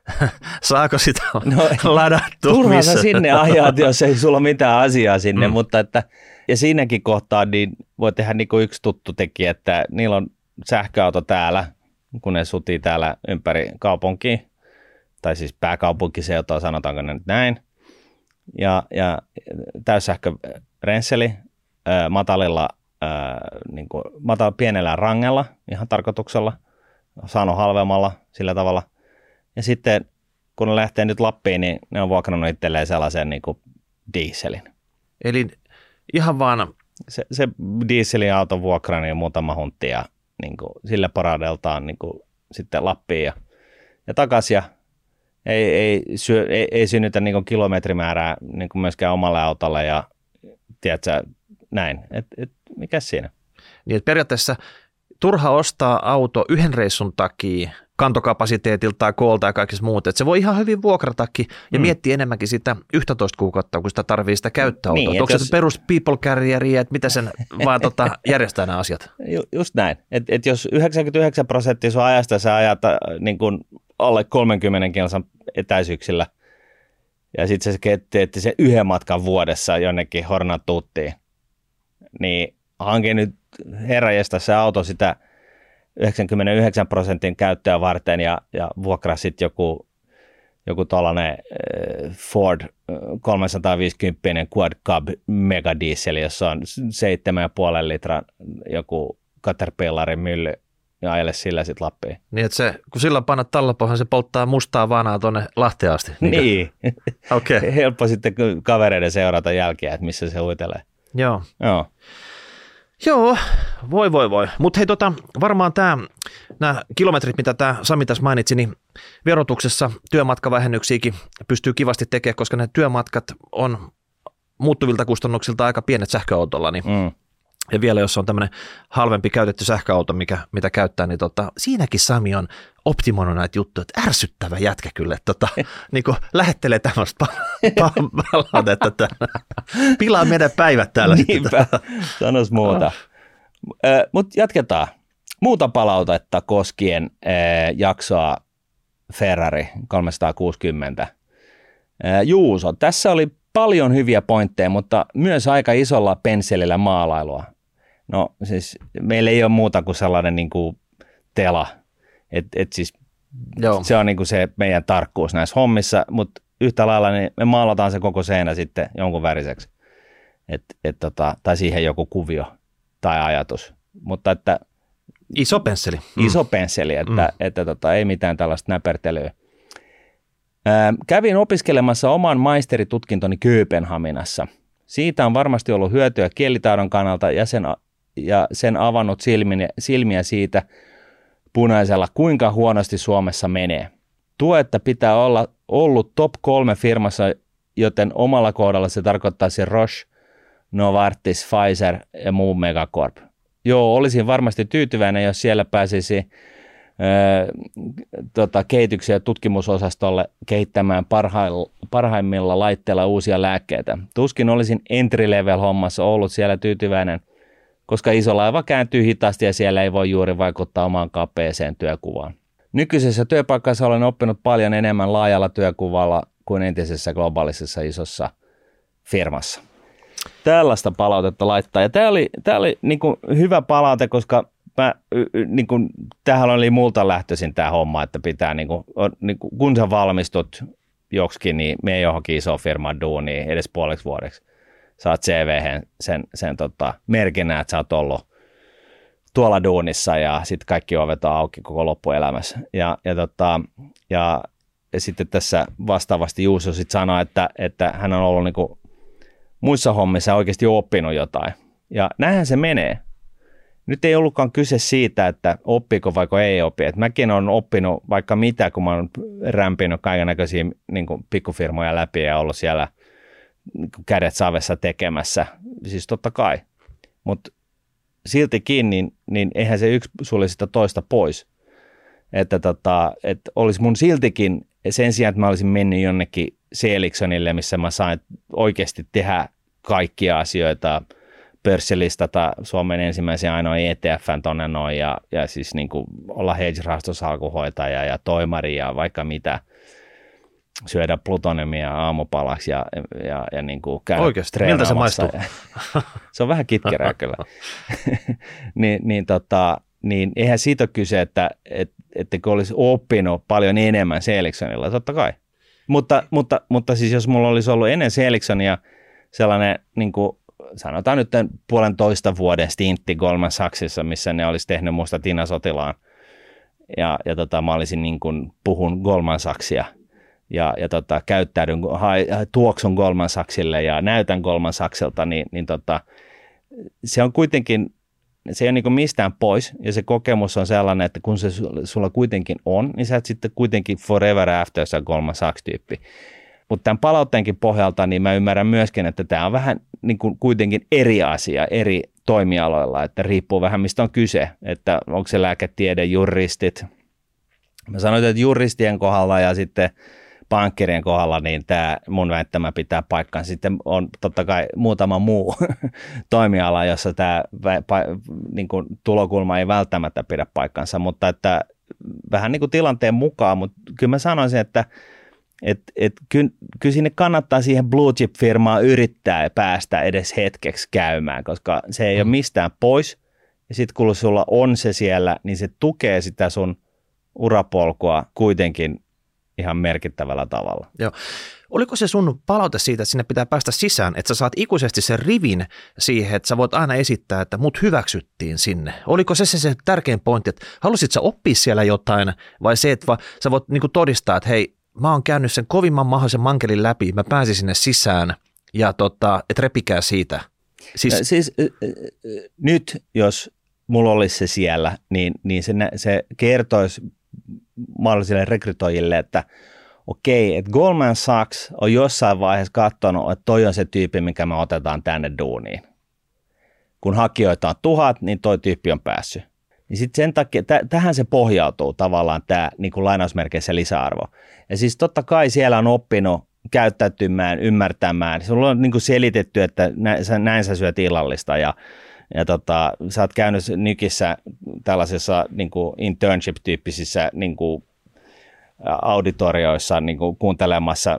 Saako sitä no, ladattua? Turhaan sä sinne ajat, jos ei sulla ole mitään asiaa sinne, mm. mutta että, ja siinäkin kohtaa niin voi tehdä niin kuin yksi tuttu tekijä, että niillä on sähköauto täällä, kun ne sutii täällä ympäri kaupunkia, tai siis pääkaupunkiseutua, sanotaanko ne nyt näin, ja, ja täyssähkörensseli ää, matalilla, ää, niin kuin, matal, pienellä rangella, ihan tarkoituksella, saanut halvemmalla sillä tavalla. Ja sitten kun ne lähtee nyt Lappiin, niin ne on vuokrannut itselleen sellaisen niin kuin dieselin. Eli ihan vaan... Se, se dieselin auton vuokra niin muutama huntti ja niin kuin, sille paradeltaan niin kuin, sitten Lappiin ja, ja takaisin. Ja ei, ei, syö, ei, ei synnytä niin kuin kilometrimäärää niin kuin myöskään omalle autolle ja tiedätkö, näin. Et, et, mikäs siinä? Niin, että periaatteessa turha ostaa auto yhden reissun takia, kantokapasiteetilta tai koolta ja kaikista muuta. Että se voi ihan hyvin vuokratakin ja mm. miettiä enemmänkin sitä yhtätoista kuukautta, kun sitä tarvitsee sitä käyttöautoa. Niin, onko jos... se perus people carrieria, että mitä sen vaan tota, järjestää nämä asiat? Ju, just näin. Että et jos yhdeksänkymmentäyhdeksän prosenttia sun ajasta sä ajat niin kun alle kolmenkymmenen kilsan etäisyyksillä ja sitten sä teette sen yhden matkan vuodessa jonnekin Hornatuttiin, niin hanki nyt herranjestas se auto sitä yhdeksänkymmentäyhdeksän prosentin käyttöä varten ja, ja vuokraa sitten joku, joku tuollainen äh, Ford kolmesataaviisikymmentä Quad Cab megadiesel, jossa on seitsemän pilkku viisi litran joku Caterpillarin mylly ja ajele sillä sitten Lappiin. Niin, että se, kun sillä pannat tallapohjan, se polttaa mustaa vanaa tuonne Lahteen asti. Niin. Okei. Okay. Helppo sitten kavereiden seurata jälkiä, että missä se huitelee. Joo. Joo. Joo, voi voi voi. Mutta hei, tota, varmaan tämä, nämä kilometrit, mitä tämä Sami tässä mainitsi, niin verotuksessa työmatkavähennyksiäkin pystyy kivasti tekemään, koska ne työmatkat on muuttuvilta kustannuksilta aika pienet sähköautolla. Niin, mm. Ja vielä jos on tämmöinen halvempi käytetty sähköauto, mikä, mitä käyttää, niin tota, siinäkin Sami on optimoinut näitä juttuja, että ärsyttävä jätkä kyllä, että tota, niin lähettelee tämmöistä palautetta, että pilaa meidän päivät täällä. Niinpä, sanois muuta. Oh. Mutta jatketaan. Muuta palautetta koskien äh, jaksoa Ferrari kolmesataakuusikymmentä. Äh, Juuso, tässä oli paljon hyviä pointteja, mutta myös aika isolla pensselillä maalailua. No siis meillä ei ole muuta kuin sellainen niin kuin tela. Et, et siis se on niin kuin se meidän tarkkuus näissä hommissa, mutta yhtä lailla niin me maalataan se koko seinä sitten jonkun väriseksi. Et, et tota, tai siihen joku kuvio tai ajatus. Mutta että iso pensseli. Iso pensseli, että, mm. että, että tota, ei mitään tällaista näpertelyä. Ää, kävin opiskelemassa oman maisteritutkintoni Kööpenhaminassa. Siitä on varmasti ollut hyötyä kielitaidon kannalta ja sen, ja sen avannut silmiä, silmiä siitä punaisella, kuinka huonosti Suomessa menee. Tuetta pitää olla ollut top kolme firmassa, joten omalla kohdalla se tarkoittaisi Roche, Novartis, Pfizer ja muu Megacorp. Joo, olisin varmasti tyytyväinen, jos siellä pääsisi Öö, tota, kehityksen ja tutkimusosastolle kehittämään parhailla, parhaimmilla laitteilla uusia lääkkeitä. Tuskin olisin entry-level hommassa ollut siellä tyytyväinen, koska iso laiva kääntyy hitaasti ja siellä ei voi juuri vaikuttaa omaan kapeeseen työkuvaan. Nykyisessä työpaikassa olen oppinut paljon enemmän laajalla työkuvalla kuin entisessä globaalisessa isossa firmassa. Tällaista palautetta laittaa. Ja tämä oli, tämä oli niin kuin hyvä palaute, koska mä, niin kuin, tämähän oli multa lähtöisin tämä homma, että pitää, niin kuin, niin kuin, kun sä valmistut joksikin, niin mene johonkin isoon firman duuniin edes puoleksi vuodeksi. Saat C V:hen sen, sen tota, merkinnän, että sä oot ollut tuolla duunissa ja sitten kaikki ovet on auki koko loppuelämässä. Ja, ja, tota, ja, ja sitten tässä vastaavasti Juuso sitten sanoi, että, että hän on ollut niin kuin muissa hommissa oikeasti oppinut jotain. Ja näinhän se menee. Nyt ei ollutkaan kyse siitä, että oppiiko vaiko ei opi. Et mäkin olen oppinut vaikka mitä, kun mä oon rämpinyt kaikennäköisiä niin kuin pikkufirmoja läpi ja ollut siellä niin kuin kädet savessa tekemässä. Siis totta kai. Mutta siltikin, niin, niin eihän se yksi sulle sitä toista pois. Että tota, et olisi mun siltikin, sen sijaan, että mä olisin mennyt jonnekin Seelikssonille, missä mä sain oikeasti tehdä kaikkia asioita, pörssilistata Suomen ensimmäisen ainoa E T F:n tonne noin ja, ja siis niin kuin olla hedge-rahastosalkuhoitaja ja toimari ja vaikka mitä, syödä plutoniumia aamupalaksi ja, ja, ja niin kuin käydä oikeasti, miltä se maistuu? Se on vähän kitkerää kyllä. niin, niin, tota, niin eihän siitä ole kyse, että et, ettekö olisi oppinut paljon enemmän Seelikssonilla, totta kai. Mutta, mutta, mutta siis jos mulla olisi ollut ennen Seelikssonia sellainen, niin kuin sanotaan nyt puolentoista vuoden stintti Goldman Sachsissa, missä ne olisi tehnyt musta Tina Sotilaan, ja, ja tota, mä olisin niin kuin puhun Goldman Sachsia, ja, ja tota, käyttäydyn, tuoksun Goldman Sachsille ja näytän Goldman Sachsilta, niin, niin tota, se on kuitenkin, se ei ole niin kuin mistään pois, ja se kokemus on sellainen, että kun se sulla kuitenkin on, niin sä et sitten kuitenkin forever after se Goldman Sachs-tyyppi. Mutta tämän palautteenkin pohjalta, niin mä ymmärrän myöskin, että tämä on vähän niin kuin kuitenkin eri asia eri toimialoilla, että riippuu vähän mistä on kyse, että onko se lääketiede, juristit. Mä sanoin, että juristien kohdalla ja sitten pankkirien kohdalla, niin tämä mun väittämä pitää paikkaan. Sitten on totta kai muutama muu toimiala, jossa tämä niin kuin tulokulma ei välttämättä pidä paikkansa, mutta että vähän niin kuin tilanteen mukaan, mutta kyllä mä sanoisin, että et, et, kyllä, kyllä sinne kannattaa siihen blue chip-firmaan yrittää päästä edes hetkeksi käymään, koska se ei mm. ole mistään pois, ja sitten kun sulla on se siellä, niin se tukee sitä sun urapolkua kuitenkin ihan merkittävällä tavalla. Joo. Oliko se sun palaute siitä, että sinne pitää päästä sisään, että sä saat ikuisesti sen rivin siihen, että sä voit aina esittää, että mut hyväksyttiin sinne? Oliko se se, se tärkein pointti, että halusit sä oppia siellä jotain vai se, että sä voit niinku todistaa, että hei, mä oon käynyt sen kovimman mahdollisen mankelin läpi, mä pääsin sinne sisään ja tota, et repikää siitä. Siis, siis äh, äh, nyt jos mulla olisi se siellä, niin, niin se, se kertoisi mahdollisille rekrytoijille, että okei, että Goldman Sachs on jossain vaiheessa katsonut, että toi on se tyyppi, mikä me otetaan tänne duuniin. Kun hakijoita on tuhat, niin toi tyyppi on päässyt. Niin sitten sen takia, t- tähän se pohjautuu tavallaan tämä niin kuin lainausmerkeissä lisäarvo. Ja siis totta kai siellä on oppinut käyttäytymään, ymmärtämään. Sulla on niin kuin selitetty, että näin, näin sä syöt illallista ja Ja tota, sä oot käynyt Nykissä tällaisessa niin kuin internship-tyyppisissä niin kuin auditorioissa niin kuin kuuntelemassa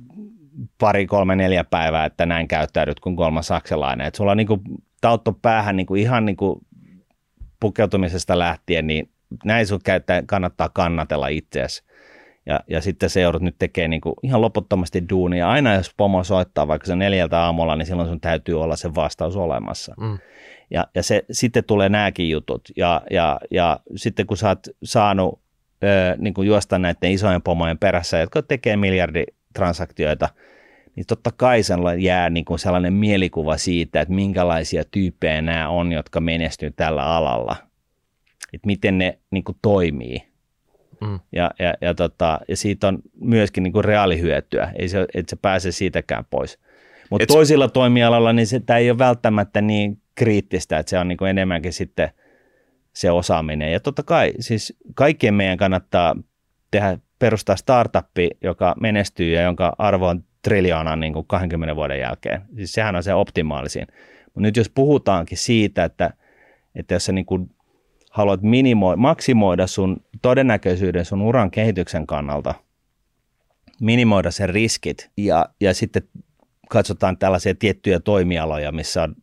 pari, kolme, neljä päivää, että näin käyttäydyt kuin Goldman Sachsilainen. Et sulla on niin kuin tauttu päähän niin kuin ihan niin kuin pukeutumisesta lähtien, niin näin sun käyttä, kannattaa kannatella itseäsi. Ja, ja sitten se joudut nyt tekemään niin kuin ihan loputtomasti duunia. Aina jos pomo soittaa vaikka se neljältä aamulla, niin silloin sun täytyy olla se vastaus olemassa. Mm. Ja, ja se, sitten tulee nämäkin jutut. Ja, ja, ja sitten kun sä oot saanut ö, niin kuin juosta näiden isojen pomojen perässä, jotka tekee miljarditransaktioita, niin totta kai jää niin kuin sellainen mielikuva siitä, että minkälaisia tyyppejä nämä on, jotka menestyy tällä alalla. Että miten ne niin kuin toimii. Mm. Ja, ja, ja, tota, ja siitä on myöskin niin kuin reaalihyötyä, ei se, et se pääse siitäkään pois. Mutta toisilla toimialalla niin se, tämä ei ole välttämättä niin kriittistä, että se on niin kuin enemmänkin sitten se osaaminen. Ja totta kai siis kaikkien meidän kannattaa tehdä, perustaa startuppi, joka menestyy ja jonka arvo on triljoonan niin kuin kahdenkymmenen vuoden jälkeen. Siis sehän on se optimaalisin. Mutta nyt jos puhutaankin siitä, että, että jos sä niin kuin haluat minimoida, maksimoida sun todennäköisyyden sun uran kehityksen kannalta, minimoida sen riskit ja, ja sitten katsotaan tällaisia tiettyjä toimialoja, missä, on,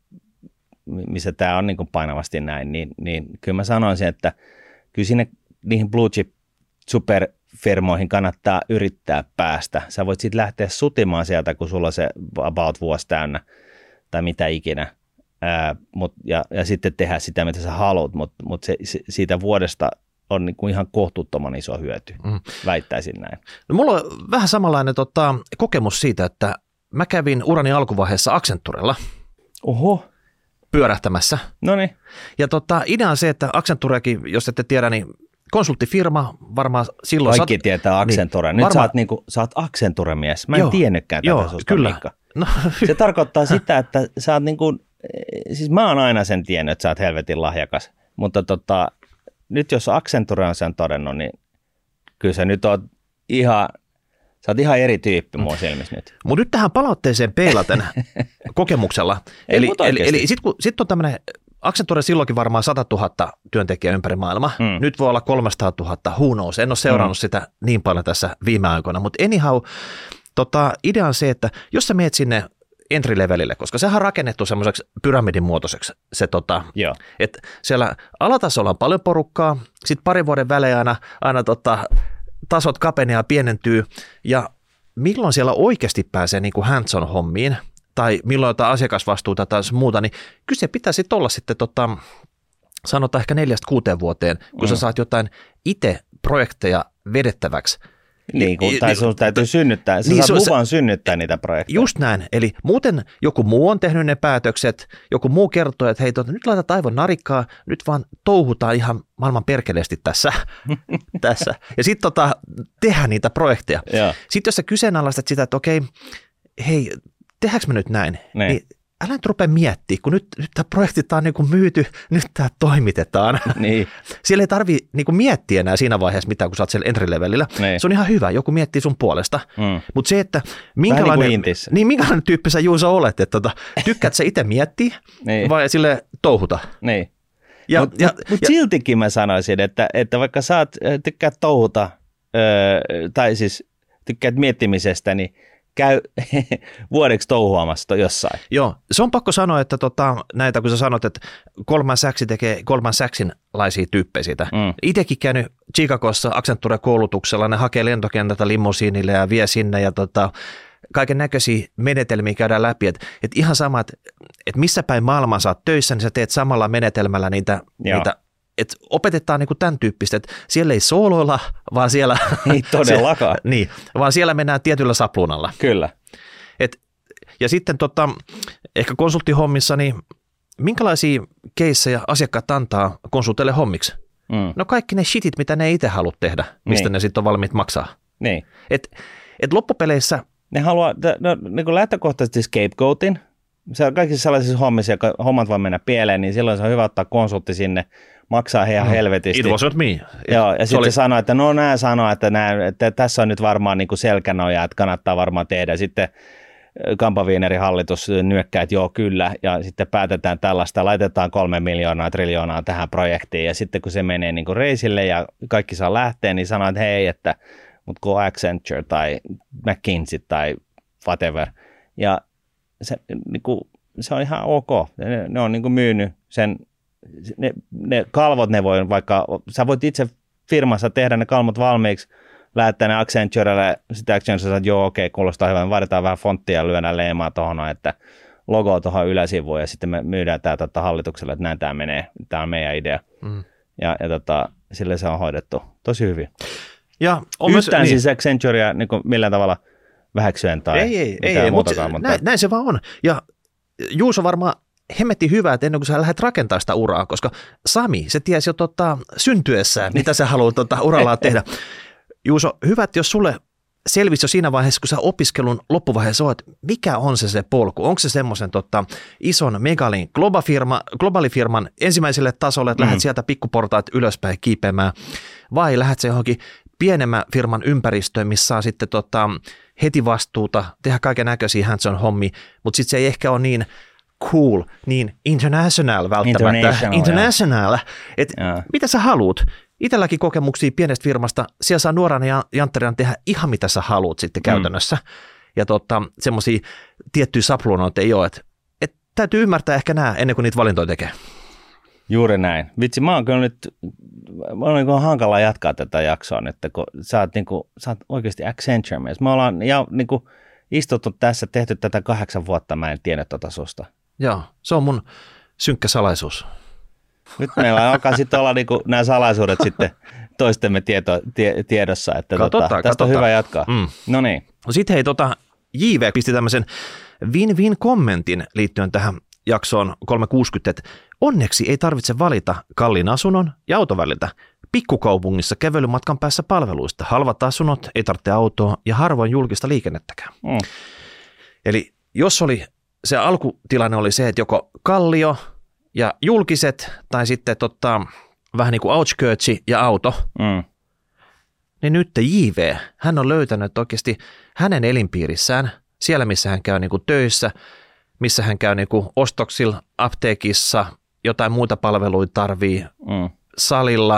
missä tämä on niin kuin painavasti näin, niin, niin kyllä mä sanoisin, että kyllä sinne niihin blue chip superfirmoihin kannattaa yrittää päästä. Sä voit sitten lähteä sutimaan sieltä, kun sulla on se about vuosi täynnä tai mitä ikinä. Ää, mut, ja, ja sitten tehdä sitä, mitä sä haluat, mutta mut se, se, siitä vuodesta on niinku ihan kohtuuttoman iso hyöty, mm. väittäisin näin. No, mulla on vähän samanlainen tota, kokemus siitä, että mä kävin urani alkuvaiheessa Accenturella. Oho. Pyörähtämässä. Noniin. Ja tota, idea on se, että Accentureakin, jos ette tiedä, niin konsulttifirma varmaan silloin... Kaikki saat, tietää Accenture. Niin, Nyt varma, sä, oot niinku, sä oot Accenture-mies. Mä en joo, tiennytkään tätä joo, susta, kyllä. Mikko. No. Se tarkoittaa sitä, että sä oot niinku, siis mä oon aina sen tiennyt, että sä oot helvetin lahjakas, mutta tota, nyt jos Accenture on sen todennut, niin kyllä sä nyt oot ihan, sä oot ihan eri tyyppi mun silmissä nyt. Mutta nyt tähän palautteeseen peilaten kokemuksella. Ei, eli eli, eli sitten sit on tämmöinen, Accenture silloinkin varmaan sata tuhatta työntekijää ympäri maailmaa. Mm. Nyt voi olla kolmesataatuhatta, who knows. En ole seurannut mm. sitä niin paljon tässä viime aikoina, mutta anyhow, tota, idea on se, että jos sä meet sinne entry-levelille, koska sehän on rakennettu semmoiseksi pyramidin muotoiseksi. Se, tota, että siellä alatasolla on paljon porukkaa, sitten parin vuoden välein aina, aina tota, tasot kapenee ja pienentyy, ja milloin siellä oikeasti pääsee niin kuin hands-on hommiin, tai milloin jotain asiakasvastuuta tai muuta, niin kyllä se pitää sitten olla sitten, tota, sanotaan ehkä neljästä kuuteen vuoteen, kun mm. sä saat jotain itse projekteja vedettäväksi. Niin, kun, tai sun täytyy synnyttää, sä niin, saat luvan se, synnyttää niitä projekteja. Just näin, eli muuten joku muu on tehnyt ne päätökset, joku muu kertoo, että hei, tuota, nyt laitat aivon narikkaa, nyt vaan touhutaan ihan maailman perkeleesti tässä. tässä. Ja sitten tota, tehdään niitä projekteja. Ja. Sitten jos sä kyseenalaistat sitä, että okei, hei, tehdäänkö me nyt näin, niin, niin älä nyt rupea miettimään, kun nyt, nyt tämä projekti on niin kuin myyty, nyt tämä toimitetaan. Niin. Siellä ei tarvitse niin miettiä enää siinä vaiheessa mitään, kun sä oot siellä entry-levelillä. Niin. Se on ihan hyvä, joku miettii sun puolesta. Mm. Mutta se, että minkälainen, niin niin, minkälainen tyyppi sä Juuso olet, että tota, tykkäät sä itse miettiä niin. vai sille touhuta? Niin. Mutta mut, mut siltikin mä sanoisin, että, että vaikka sä oot, tykkäät touhuta, öö, tai siis tykkäät miettimisestä, niin käy vuodeksi touhuamassa jossain. Joo, se on pakko sanoa, että tota, näitä kun sä sanot, että Goldman Sachs tekee Goldman Sachsin-laisia tyyppejä siitä. Mm. Itsekin käynyt Chicagossa Accenture-koulutuksella, ne hakee lentokentältä limusiinille ja vie sinne ja tota, kaiken näköisiä menetelmiä käydään läpi. Että et ihan sama, että et missä päin maailmaa sä oot töissä, niin sä teet samalla menetelmällä niitä, niitä että opetetaan niinku tämän tyyppistä, että siellä ei sooloilla, vaan siellä... Ei todellakaan. se, niin, vaan siellä mennään tietyllä sapluunalla. Kyllä. Et, ja sitten tota, ehkä konsulttihommissa, niin minkälaisia keissejä asiakkaat antaa konsulteille hommiksi? Mm. No kaikki ne shitit, mitä ne itse haluat tehdä, mistä niin. ne sitten on valmiit maksaa. Niin. Et, et loppupeleissä... Ne haluaa no, niin lähtökohtaisesti scapegoatin. Se on kaikissa sellaisissa hommissa, joka hommat vaan mennä pieleen, niin silloin se on hyvä ottaa konsultti sinne, maksaa ihan helvetisti. It wasn't me. Joo, ja sitten oli... se sanoo, että no nää sanoo, että, nää, että tässä on nyt varmaan niin kuin selkänoja, että kannattaa varmaan tehdä. Sitten Kampaviinerin hallitus nyökkää, että joo kyllä, ja sitten päätetään tällaista, laitetaan kolme miljoonaa, triljoonaa tähän projektiin, ja sitten kun se menee niin kuin reisille ja kaikki saa lähteä, niin sanoo, että hei, että mut kun Accenture tai McKinsey tai whatever, ja se, niin kuin, se on ihan ok, ne, ne on niin kuin myynyt sen, ne, ne kalvot ne voi vaikka, sä voit itse firmassa tehdä ne kalvot valmiiksi, lähettää ne Accenturelle, sitten Accenture sanoo, että joo okei, okay, kuulostaa hyvä, me vaaditaan vähän fonttia ja lyödään leemaa tuohon, että logo tuohon yläsivuun ja sitten me myydään tämä tota, hallitukselle, että näin tämä menee, tämä on meidän idea. Mm. Ja, ja tota, sille se on hoidettu tosi hyvin. Ja on yhtään myös, siis niin. Accenturea niin millään tavalla vähäksyen tai ei, ei, ei, ei mutta, mutta näin, näin se vaan on. Ja Juuso varmaan hemmetti hyvää, että ennen kuin sä lähdet rakentamaan sitä uraa, koska Sami, se tiesi jo tota, syntyessään, mitä sä haluat tota, urallaan tehdä. Juuso, hyvät, jos sulle selvisi jo siinä vaiheessa, kun sä opiskelun loppuvaiheessa oot, mikä on se se polku? Onko se semmoisen tota, ison megalin globafirma, globaalifirman ensimmäiselle tasolle, että mm. lähdet sieltä pikkuportaat ylöspäin kiipeämään, vai lähdet se johonkin pienemmän firman ympäristöön, missä saa sitten tota, heti vastuuta, tehdä kaiken näköisiä hands-on hommia, mutta sitten se ei ehkä ole niin cool, niin international välttämättä. International, international. Et mitä sä haluut? Itselläkin kokemuksia pienestä firmasta, siellä saa nuorana ja jantterina tehdä ihan mitä sä haluat sitten käytännössä. Mm. Ja tota, semmoisia tiettyjä sapluunoita ei ole, että et täytyy ymmärtää ehkä nämä ennen kuin niitä valintoja tekee. Juuri näin. Vitsi, mä oon kyllä nyt, mä oon niin hankala jatkaa tätä jaksoa nyt, kun sä oot, niin kuin, sä oot oikeasti Accenture mies. Me ollaan ja, niin kuin, istuttu tässä, tehty tätä kahdeksan vuotta, mä en tiennyt tota susta. Joo, se on mun synkkä salaisuus. Nyt meillä alkaa sitten olla niin kuin, nämä salaisuudet sitten toistemme tieto, tie, tiedossa, että tota, tästä katsotaan. On hyvä jatkaa. Mm. No niin. No sitten hei, tota, J V pisti tämmöisen win-win-kommentin liittyen tähän jaksoon kolmesataakuusikymmentä, että onneksi ei tarvitse valita kalliin asunnon ja auton väliltä. Pikkukaupungissa kävelymatkan päässä palveluista. Halvat asunnot, ei tarvitse autoa ja harvoin julkista liikennettäkään. Mm. Eli jos oli, se alkutilanne oli se, että joko kallio ja julkiset tai sitten tota, vähän niin kuin outskirtsi ja auto, mm. niin nyt J V, hän on löytänyt oikeasti hänen elinpiirissään, siellä missä hän käy niin kuin töissä, missä hän käy niin kuin ostoksilla, apteekissa, jotain muita palveluita tarvii, mm. salilla.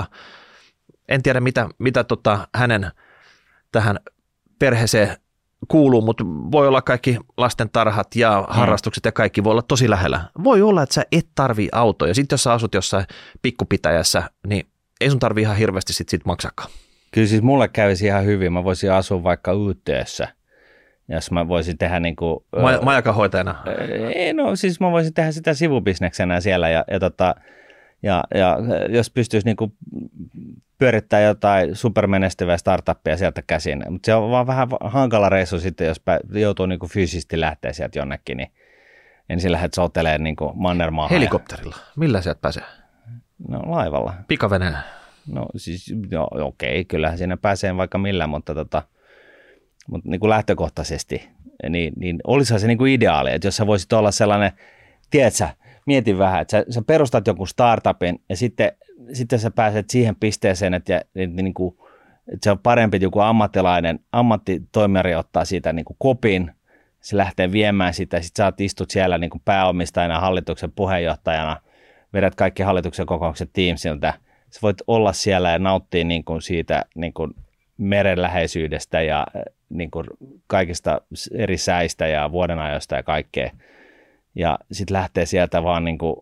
En tiedä, mitä, mitä tota hänen tähän perheeseen kuuluu, mutta voi olla kaikki lastentarhat ja mm. harrastukset ja kaikki voi olla tosi lähellä. Voi olla, että sä et tarvii autoja. Sitten jos sä asut jossain pikkupitäjässä, niin ei sun tarvii ihan hirveästi sit siitä maksakaan. Kyllä siis mulle kävisi ihan hyvin. Mä voisin asua vaikka Utöössä, jos mä voisin tehdä niin kuin... Maja, majakahoitajana? Ei, no siis mä voisin tehdä sitä sivubisneksenä siellä ja, ja, tota, ja, ja jos pystyisi niin kuin pyörittää jotain supermenestyvää startuppia sieltä käsin, mutta se on vaan vähän hankala reissu sitten, jos joutuu niin kuin fyysisesti lähteä sieltä jonnekin, niin ensin lähdet soutelemaan niin kuin mannermaahan. Helikopterilla? Millä sieltä pääsee? No laivalla. Pikaveneenä? No siis, no, okei, kyllähän siinä pääsee vaikka millään, mutta, tota, mutta niin kuin lähtökohtaisesti, niin, niin olisihan se niin kuin ideaali, että jos sä voisit olla sellainen, tiedätkö, mieti vähän, että sä, sä perustat jonkun startupin ja sitten, sitten sä pääset siihen pisteeseen, että, että, niin kuin, että se on parempi, että joku ammattilainen, ammattitoimijari ottaa siitä niin kuin kopin, se lähtee viemään sitä, sitten sä istut siellä niin kuin pääomistajana, hallituksen puheenjohtajana, vedät kaikki hallituksen kokoukset Teamsiltä, sä voit olla siellä ja nauttia niin kuin siitä niin kuin meren läheisyydestä ja niin kuin kaikista eri säistä ja vuodenajoista ja kaikkea. Ja sitten lähtee sieltä vaan niin kuin,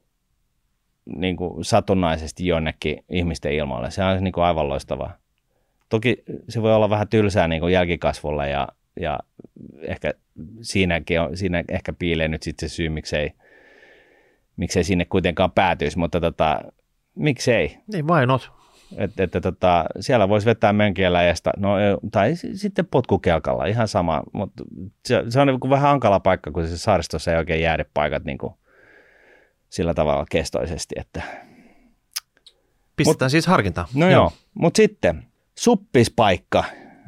niin kuin satunnaisesti jonnekin ihmisten ilmoille. Se on niin kuin aivan loistavaa. Toki se voi olla vähän tylsää niin kuin jälkikasvulla ja, ja ehkä siinäkin on, siinä ehkä piilee nyt sitten se syy, miksei, miksei sinne kuitenkaan päätyisi, mutta tota, miksei? Niin vain not. Että, että tota, siellä voisi vetää mönkieläjästä, no, tai sitten potkukelkalla, ihan sama, mutta se, se on niin vähän hankala paikka, kun se saaristossa ei oikein jäädä paikat niin kuin sillä tavalla kestoisesti. Että. Pistetään mut, siis harkintaan. No joo, joo. Mutta sitten suppispaikka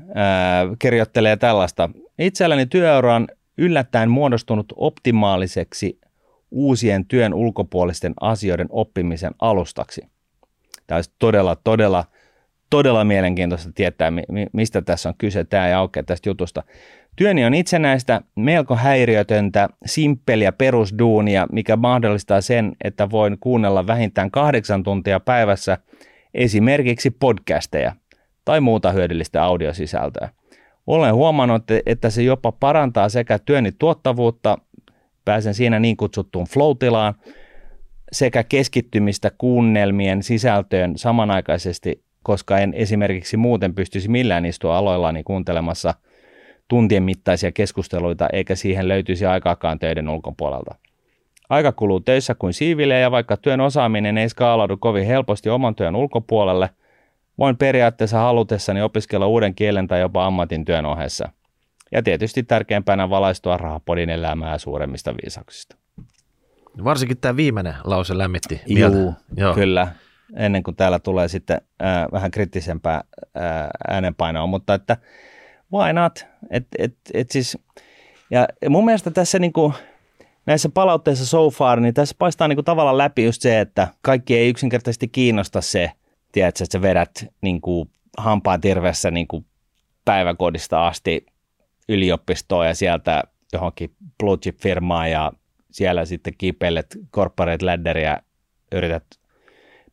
ää, kirjoittelee tällaista. Itselläni työura on yllättäen muodostunut optimaaliseksi uusien työn ulkopuolisten asioiden oppimisen alustaksi. Tämä olisi todella, todella, todella mielenkiintoista tietää, mistä tässä on kyse. Tämä ei aukea tästä jutusta. Työni on itsenäistä, melko häiriötöntä, simppeliä perusduunia, mikä mahdollistaa sen, että voin kuunnella vähintään kahdeksan tuntia päivässä esimerkiksi podcasteja tai muuta hyödyllistä audiosisältöä. Olen huomannut, että se jopa parantaa sekä työni tuottavuutta, pääsen siinä niin kutsuttuun flow-tilaan, sekä keskittymistä kuunnelmien sisältöön samanaikaisesti, koska en esimerkiksi muuten pystyisi millään istua aloillani kuuntelemassa tuntien mittaisia keskusteluita, eikä siihen löytyisi aikaakaan töiden ulkopuolelta. Aika kuluu töissä kuin siiville, ja vaikka työn osaaminen ei skaalaudu kovin helposti oman työn ulkopuolelle, voin periaatteessa halutessani opiskella uuden kielen tai jopa ammatin työn ohessa. Ja tietysti tärkeimpänä valaistua Rahapodin elämää suuremmista viisauksista. Varsinkin tämä viimeinen lause lämmitti mieltä. Juu, Joo, kyllä. Ennen kuin täällä tulee sitten äh, vähän kriittisempää äh, äänenpainoa, mutta että why not? Et, et, et siis, ja mun mielestä tässä niinku, näissä palautteissa so far, niin tässä paistaa niinku tavallaan läpi just se, että kaikki ei yksinkertaisesti kiinnosta se, tiedätkö, että sä vedät niinku hampaan tirvessä niinku päiväkodista asti yliopistoon ja sieltä johonkin blue chip firmaan ja siellä sitten kipeilet corporate ladderia, yrität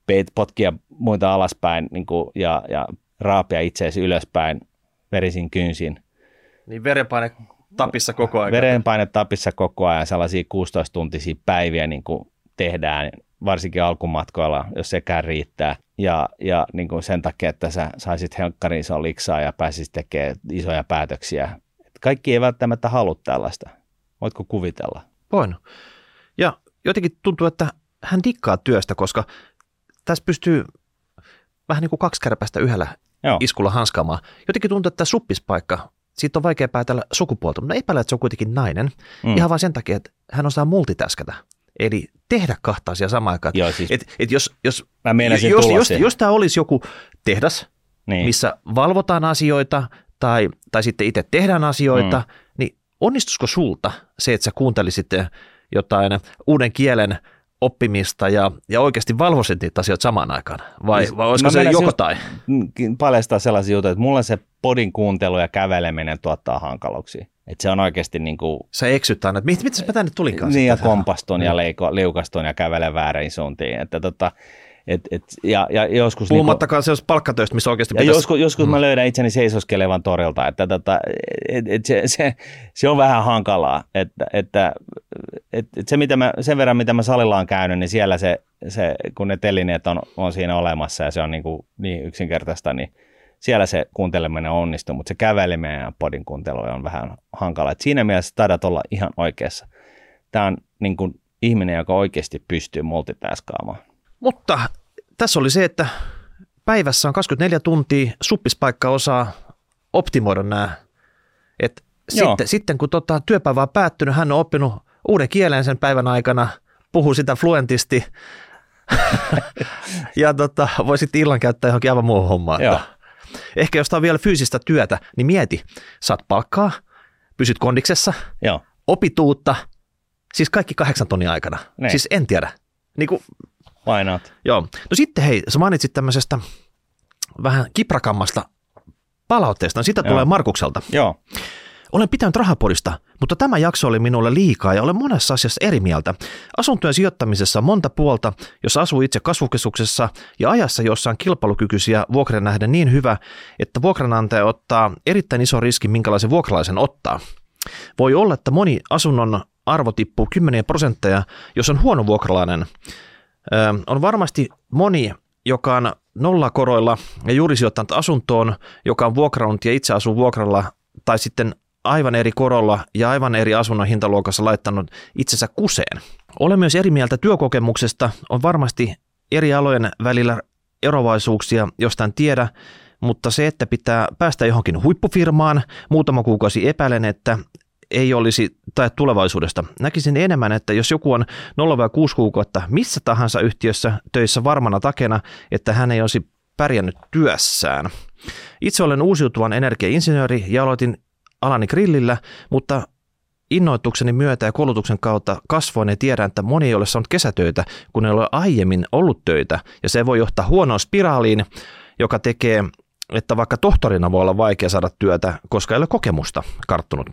peit potkia muita alaspäin niin kuin, ja, ja raapia itseäsi ylöspäin verisin kynsin. Niin verenpaine tapissa koko ajan. Verenpaine tapissa koko ajan, sellaisia kuusitoista-tuntisia päiviä niin kuin tehdään, varsinkin alkumatkoilla, jos sekään riittää. Ja, ja niin kuin sen takia, että sä saisit helkkariin isoa liksaa ja pääsisit tekemään isoja päätöksiä. Kaikki ei välttämättä halua tällaista. Voitko kuvitella? Voin. Ja jotenkin tuntuu, että hän dikkaa työstä, koska tässä pystyy vähän niin kuin kaksi kärpästä yhdellä Joo. iskulla hanskaamaan. Jotenkin tuntuu, että tämä suppispaikka, siitä on vaikea päätellä sukupuolta, mutta epäilen, että se on kuitenkin nainen. Mm. Ihan vaan sen takia, että hän osaa multitäskätä. Eli tehdä kahta asiaa samaan aikaan. Joo, siis et, et jos, jos, jos, jos, jos tämä olisi joku tehdas, niin. missä valvotaan asioita tai, tai sitten itse tehdään asioita, mm. niin onnistuisiko sulta se, että sä kuuntelisit jotain uuden kielen oppimista ja, ja oikeasti valvoisit niitä asioita samaan aikaan? Vai, vai olisiko se joko tai? Paljastaa sellaisia juttuja, että mulla se podin kuuntelu ja käveleminen tuottaa hankaluuksia. Että se on oikeasti niin kuin... Sä eksyt aina, että mit, mitä mä tänne tulinkaan? Niin ja kompastun ja leiko, liukastun ja kävelen väärin suuntiin. Että tota, et, et, ja, ja joskus... Puhumattakaan niin kuin, se palkkatöistä, missä oikeasti pitäisi... Joskus, joskus mm. mä löydän itseni seisoskelevan torilta, että tota, et, et se, se, se on vähän hankalaa. Että, että et, et se, mitä mä, sen verran, mitä mä salilla on käynyt, niin siellä se, se kun ne telineet on, on siinä olemassa ja se on niin, kuin, niin yksinkertaista, niin siellä se kuunteleminen onnistuu, mutta se käveleminen ja podin kuuntelu on vähän hankala. Et siinä mielessä taidat olla ihan oikeassa. Tämä on niin kuin ihminen, joka oikeasti pystyy multitaskaamaan. Mutta tässä oli se, että päivässä on kaksikymmentäneljä tuntia, suppispaikka osaa optimoida nämä. Et sitten, sitten kun tota, työpäivä on päättynyt, hän on oppinut uuden kielen sen päivän aikana, puhuu sitä fluentisti ja tota, voi sitten illan käyttää johonkin aivan muuhun hommaan. Ehkä jos tämä on vielä fyysistä työtä, niin mieti, saat palkkaa, pysyt kondiksessa, Joo. opit uutta, siis kaikki kahdeksan tunnin aikana. Ne. Siis en tiedä. Niin kuin, Why not? Joo. No sitten hei, sä mainitsit tämmöisestä vähän kiprakammasta palautteesta, sitä Joo. tulee Markukselta. Joo. Olen pitänyt Rahapodista, mutta tämä jakso oli minulle liikaa ja olen monessa asiassa eri mieltä. Asuntojen sijoittamisessa on monta puolta, jos asuu itse kasvukeskuksessa ja ajassa, jossa on kilpailukykyisiä vuokrien nähden niin hyvä, että vuokranantaja ottaa erittäin iso riski, minkälaisen vuokralaisen ottaa. Voi olla, että moni asunnon arvo tippuu kymmeniä prosentteja, jos on huono vuokralainen. Öö, on varmasti moni, joka on nollakoroilla ja juuri sijoittanut asuntoon, joka on vuokrannut ja itse asuu vuokralla tai sitten aivan eri korolla ja aivan eri asunnon hintaluokassa laittanut itsensä kuseen. Olen myös eri mieltä työkokemuksesta. On varmasti eri alojen välillä eroavaisuuksia, josta en tiedä, mutta se, että pitää päästä johonkin huippufirmaan, muutama kuukausi epäilen, että ei olisi tai tulevaisuudesta. Näkisin enemmän, että jos joku on nolla kuusi kuukautta missä tahansa yhtiössä töissä varmana takena, että hän ei olisi pärjännyt työssään. Itse olen uusiutuvan energiainsinööri ja aloitin alani grillillä, mutta innoitukseni myötä ja koulutuksen kautta kasvoin ja tiedän, että moni ei ole saanut kesätöitä, kun ei ole aiemmin ollut töitä, ja se voi johtaa huonoon spiraaliin, joka tekee, että vaikka tohtorina voi olla vaikea saada työtä, koska ei ole kokemusta karttunut.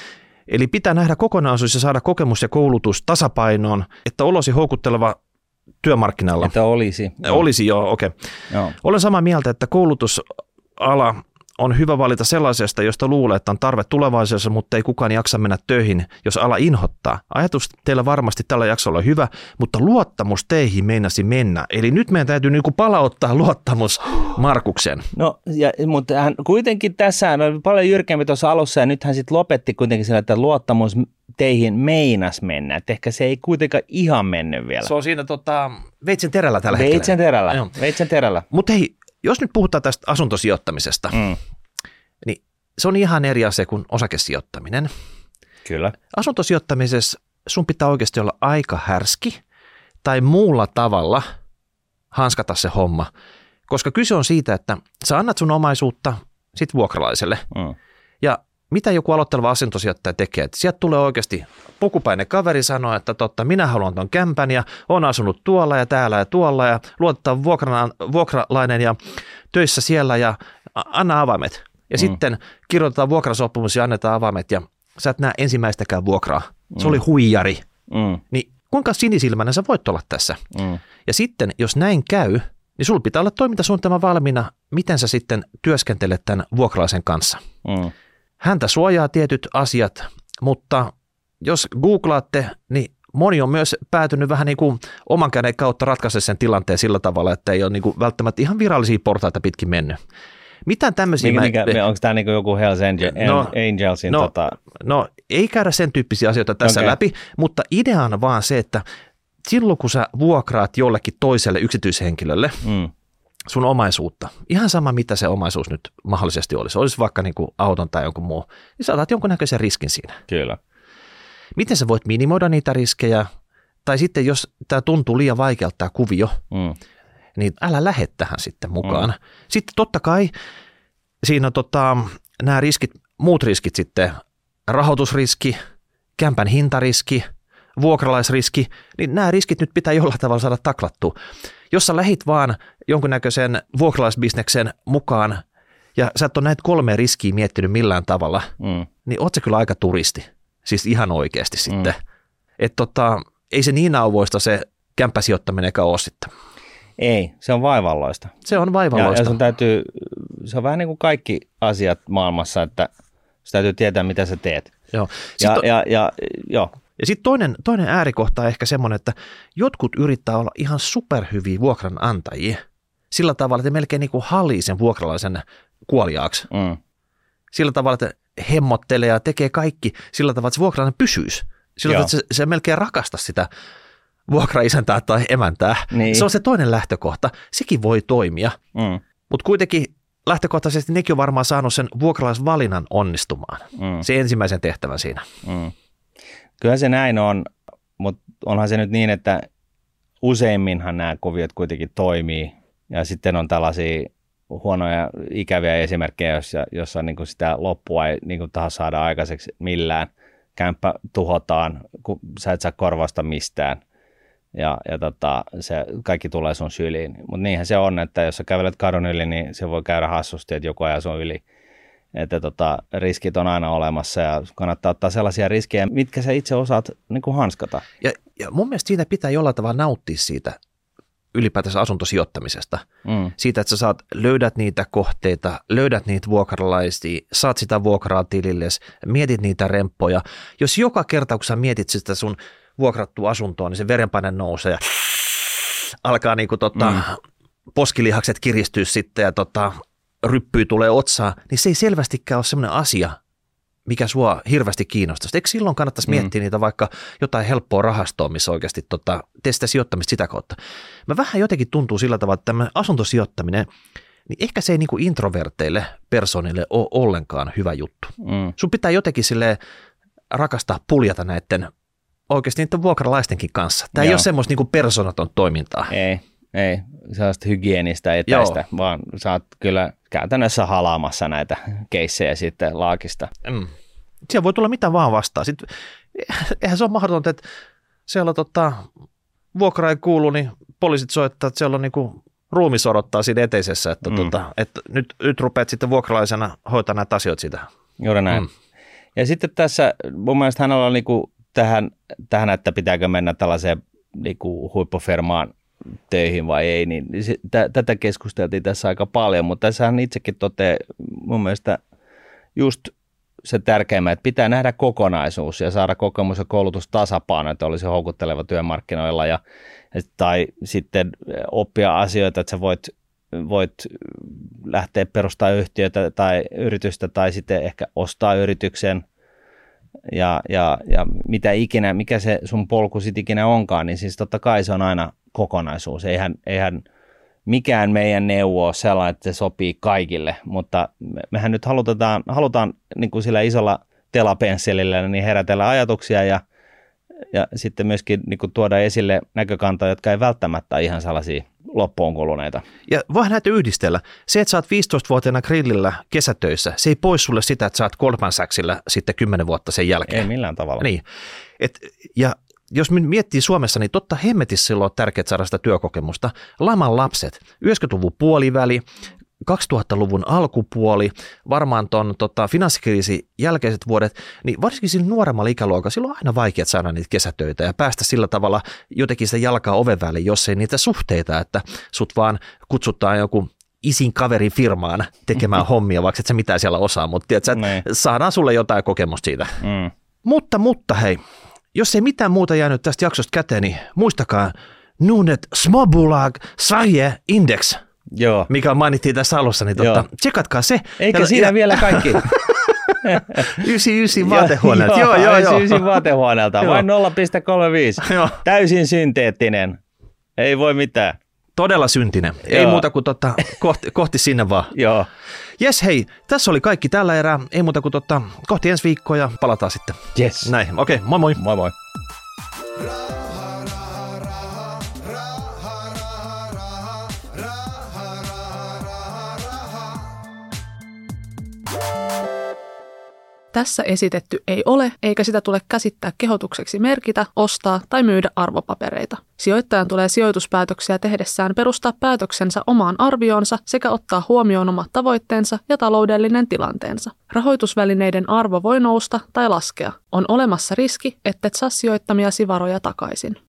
Eli pitää nähdä kokonaisuus ja saada kokemus ja koulutus tasapainoon, että olosi houkutteleva työmarkkinalla. Että olisi. Olisi, joo, okei. Okay. Olen samaa mieltä, että koulutusala on hyvä valita sellaisesta, josta luulee, että on tarve tulevaisuudessa, mutta ei kukaan jaksa mennä töihin, jos ala inhottaa. Ajatus teillä varmasti tällä jaksolla on hyvä, mutta luottamus teihin meinasi mennä. Eli nyt meidän täytyy niin kuin palauttaa luottamus Markukseen. No, ja, mutta hän kuitenkin tässä on paljon jyrkempi tuossa alussa, ja nyt hän sitten lopetti kuitenkin sillä, että luottamus teihin meinas mennä. Että ehkä se ei kuitenkaan ihan mennyt vielä. Se on siinä tota, veitsen terällä tällä veitsen hetkellä. Terällä. Joo. Veitsen terällä. Mutta hei, jos nyt puhutaan tästä asuntosijoittamisesta, mm. niin se on ihan eri asia kuin osakesijoittaminen. Kyllä. Asuntosijoittamisessa sun pitää oikeasti olla aika härski tai muulla tavalla hanskata se homma, koska kyse on siitä, että sä annat sun omaisuutta sit vuokralaiselle. Mm. Ja mitä joku aloitteleva asuntosijoittaja tekee, että sieltä tulee oikeasti pukupäinen kaveri sanoa, että totta, minä haluan ton kämpän ja on asunut tuolla ja täällä ja tuolla ja luotetaan vuokralainen ja töissä siellä ja anna avaimet. Ja mm. sitten kirjoitetaan vuokrasopimus ja annetaan avaimet ja sä et näe ensimmäistäkään vuokraa. Se mm. oli huijari. Mm. Niin kuinka sinisilmäinen sä voit olla tässä? Mm. Ja sitten, jos näin käy, niin sulla pitää olla toimintasuunnitelma valmiina, miten sä sitten työskentelet tämän vuokralaisen kanssa. Mm. Häntä suojaa tietyt asiat, mutta jos googlaatte, niin moni on myös päätynyt vähän niin kuin oman käden kautta ratkaista sen tilanteen sillä tavalla, että ei ole niin kuin välttämättä ihan virallisia portaita pitkin mennyt. Mitään tämmöisiä... Mikä, mikä, onko tämä niin kuin joku Hells Angel, no, Angelsin? No, tota... no ei käydä sen tyyppisiä asioita tässä okay. läpi, mutta idea on vaan se, että silloin kun sä vuokraat jollekin toiselle yksityishenkilölle mm. sun omaisuutta, ihan sama mitä se omaisuus nyt mahdollisesti olisi, olisi vaikka niin kuin auton tai jonkun muu, niin sä otat jonkunnäköisen riskin siinä. Kyllä. Miten sä voit minimoida niitä riskejä, tai sitten jos tämä tuntuu liian vaikealta tämä kuvio, mm. niin älä lähde tähän sitten mukaan. Mm. Sitten totta kai siinä on tota, nämä riskit, muut riskit sitten, rahoitusriski, kämpän hintariski, vuokralaisriski, niin nämä riskit nyt pitää jollain tavalla saada taklattua. Jos sä lähit vaan jonkunnäköisen vuokralaisbisneksen mukaan ja sä et ole näitä kolmea riskiä miettinyt millään tavalla, mm. niin oot sä kyllä aika turisti. Siis ihan oikeasti sitten. Mm. Että tota, ei se niin auvoista se kämppäsijoittaminenkaan ole sitten. Ei, se on vaivalloista. Se on vaivalloista. Ja, ja sun täytyy, se on vähän niin kuin kaikki asiat maailmassa, että sun täytyy tietää, mitä sä teet. Joo. Ja, to- ja, ja, joo. ja sitten toinen, toinen äärikohta on ehkä semmoinen, että jotkut yrittää olla ihan superhyviä vuokranantajia sillä tavalla, että melkein niin kuin halii sen vuokralaisen kuoliaaksi. Mm. Sillä tavalla, että hemmottelee ja tekee kaikki sillä tavalla, että se vuokralainen pysyisi. Sillä tavalla, että se, se melkein rakasta sitä vuokraisäntää tai emäntää. Niin. Se on se toinen lähtökohta. Sekin voi toimia, mm. mutta kuitenkin lähtökohtaisesti nekin on varmaan saanut sen vuokralaisvalinnan onnistumaan. Mm. Se ensimmäisen tehtävän siinä. Mm. Kyllä se näin on, mutta onhan se nyt niin, että useimminhan nämä kuviot kuitenkin toimii ja sitten on tällaisia huonoja, ikäviä esimerkkejä, jossa, jossa niin kuin sitä loppua ei niin kuin taas saada aikaiseksi millään. Kämppä tuhotaan, kun sä et saa korvausta mistään ja, ja tota, se kaikki tulee sun syliin. Mutta niinhän se on, että jos sä kävelet kadun yli, niin se voi käydä hassusti, että joku ajaa sun yli. Että tota, riskit on aina olemassa ja kannattaa ottaa sellaisia riskejä, mitkä sä itse osaat niin kuin hanskata. Ja, ja mun mielestä siitä pitää jollain tavalla nauttia siitä ylipäätänsä asuntosijoittamisesta. Mm. Siitä, että sä saat, löydät niitä kohteita, löydät niitä vuokralaisia, saat sitä vuokraa tililles, mietit niitä remppoja. Jos joka kerta, kun sä mietit sitä sun vuokrattua asuntoa, niin se verenpaine nousee ja alkaa niinku tota, mm. poskilihakset kiristyä sitten ja tota, ryppyy tulee otsaa, niin se ei selvästikään ole semmoinen asia, mikä sua hirveästi kiinnostaisi. Eikö silloin kannattaisi mm. miettiä niitä vaikka jotain helppoa rahastoa, missä oikeasti tota, tee sitä sijoittamista sitä kautta. Mä vähän jotenkin tuntuu sillä tavalla, että tämmöinen asuntosijoittaminen, niin ehkä se ei niinku introverteille persoonille ole ollenkaan hyvä juttu. Mm. Sun pitää jotenkin silleen rakastaa puljata näiden oikeasti niiden vuokralaistenkin kanssa. Tämä Joo. ei ole semmoista niinku persoonaton toimintaa. Ei, ei. Sellaista hygienistä etäistä, Joo. vaan sä oot kyllä käytännössä halaamassa näitä keissejä sitten laakista. Mm. Siellä voi tulla mitä vaan vastaan. Sitten, eihän se ole mahdotonta, että siellä tota, vuokra ei kuulu, niin poliisit soittaa, että siellä on niinku ruumis odottaa siinä eteisessä, että, mm. tota, että nyt, nyt rupeat sitten vuokralaisena hoitaa näitä asioita sitä. Juuri näin. Mm. Ja sitten tässä mun mielestä hänellä on niinku tähän, tähän, että pitääkö mennä tällaiseen niinku huippufirmaan töihin vai ei, niin se, t- tätä keskusteltiin tässä aika paljon, mutta tässä hän itsekin toteaa mun mielestä just se tärkeimmä, että pitää nähdä kokonaisuus ja saada kokemus ja koulutus tasapaino, että olisi houkutteleva työmarkkinoilla ja, tai sitten oppia asioita, että sä voit, voit lähteä perustamaan yhtiötä tai yritystä tai sitten ehkä ostaa yrityksen ja, ja, ja mitä ikinä, mikä se sun polku sitten ikinä onkaan, niin siis totta kai se on aina kokonaisuus. Eihän, eihän mikään meidän neuvo ole sellainen, että se sopii kaikille, mutta mehän nyt halutaan, halutaan niin kuin sillä isolla telapensselillä niin herätellä ajatuksia ja, ja sitten myöskin niin kuin tuoda esille näkökantoja, jotka ei välttämättä ole ihan sellaisia loppuun kuluneita. Ja voi näitä yhdistellä. Se, että sä oot viisitoistavuotiaana grillillä kesätöissä, se ei pois sulle sitä, että sä oot Goldman Sachsilla sitten kymmenen vuotta sen jälkeen. Ei millään tavalla. Niin. Et, ja jos miettii Suomessa, niin totta hemmetissä silloin on tärkeää saada sitä työkokemusta. Laman lapset, yhdeksänkymmentäluvun puoliväli, kaksituhattaluvun alkupuoli, varmaan tuon tota, finanssikriisin jälkeiset vuodet, niin varsinkin sillä nuoremmalla ikäluokalla silloin on aina vaikea saada niitä kesätöitä ja päästä sillä tavalla jotenkin sitä jalkaa oven väliin, jos ei niitä suhteita, että sut vaan kutsutaan joku isin kaverin firmaan tekemään hommia, vaikka et sä mitään siellä osaa, mutta tiedätkö, saadaan sulle jotain kokemusta siitä. Mm. Mutta, mutta hei, jos ei mitään muuta jäänyt tästä jaksosta käteen, niin muistakaa Nunet Småbolag Sverige Index, Joo. mikä mainittiin tässä alussa, niin totta, tsekatkaa se. Eikä ja, siinä ja, vielä kaikki. yhdeksänkymmentäyhdeksän vaatehuoneelta. Joo, joo, joo. yhdeksänkymmentäyhdeksän vaatehuoneelta, vain nolla pilkku kolmekymmentäviisi. Täysin synteettinen. Ei voi mitään. Todella syntinen. Joo. Ei muuta kuin totta, kohti, kohti sinne vaan. Joo. Jes, hei, tässä oli kaikki tällä erää. Ei muuta kuin totta, kohti ensi viikkoa ja palataan sitten. Jes. Näin, okei, okay, moi moi. Moi moi. Tässä esitetty ei ole, eikä sitä tule käsittää kehotukseksi merkitä, ostaa tai myydä arvopapereita. Sijoittajan tulee sijoituspäätöksiä tehdessään perustaa päätöksensä omaan arvioonsa sekä ottaa huomioon omat tavoitteensa ja taloudellinen tilanteensa. Rahoitusvälineiden arvo voi nousta tai laskea. On olemassa riski, ettet saa sijoittamiasi varoja takaisin.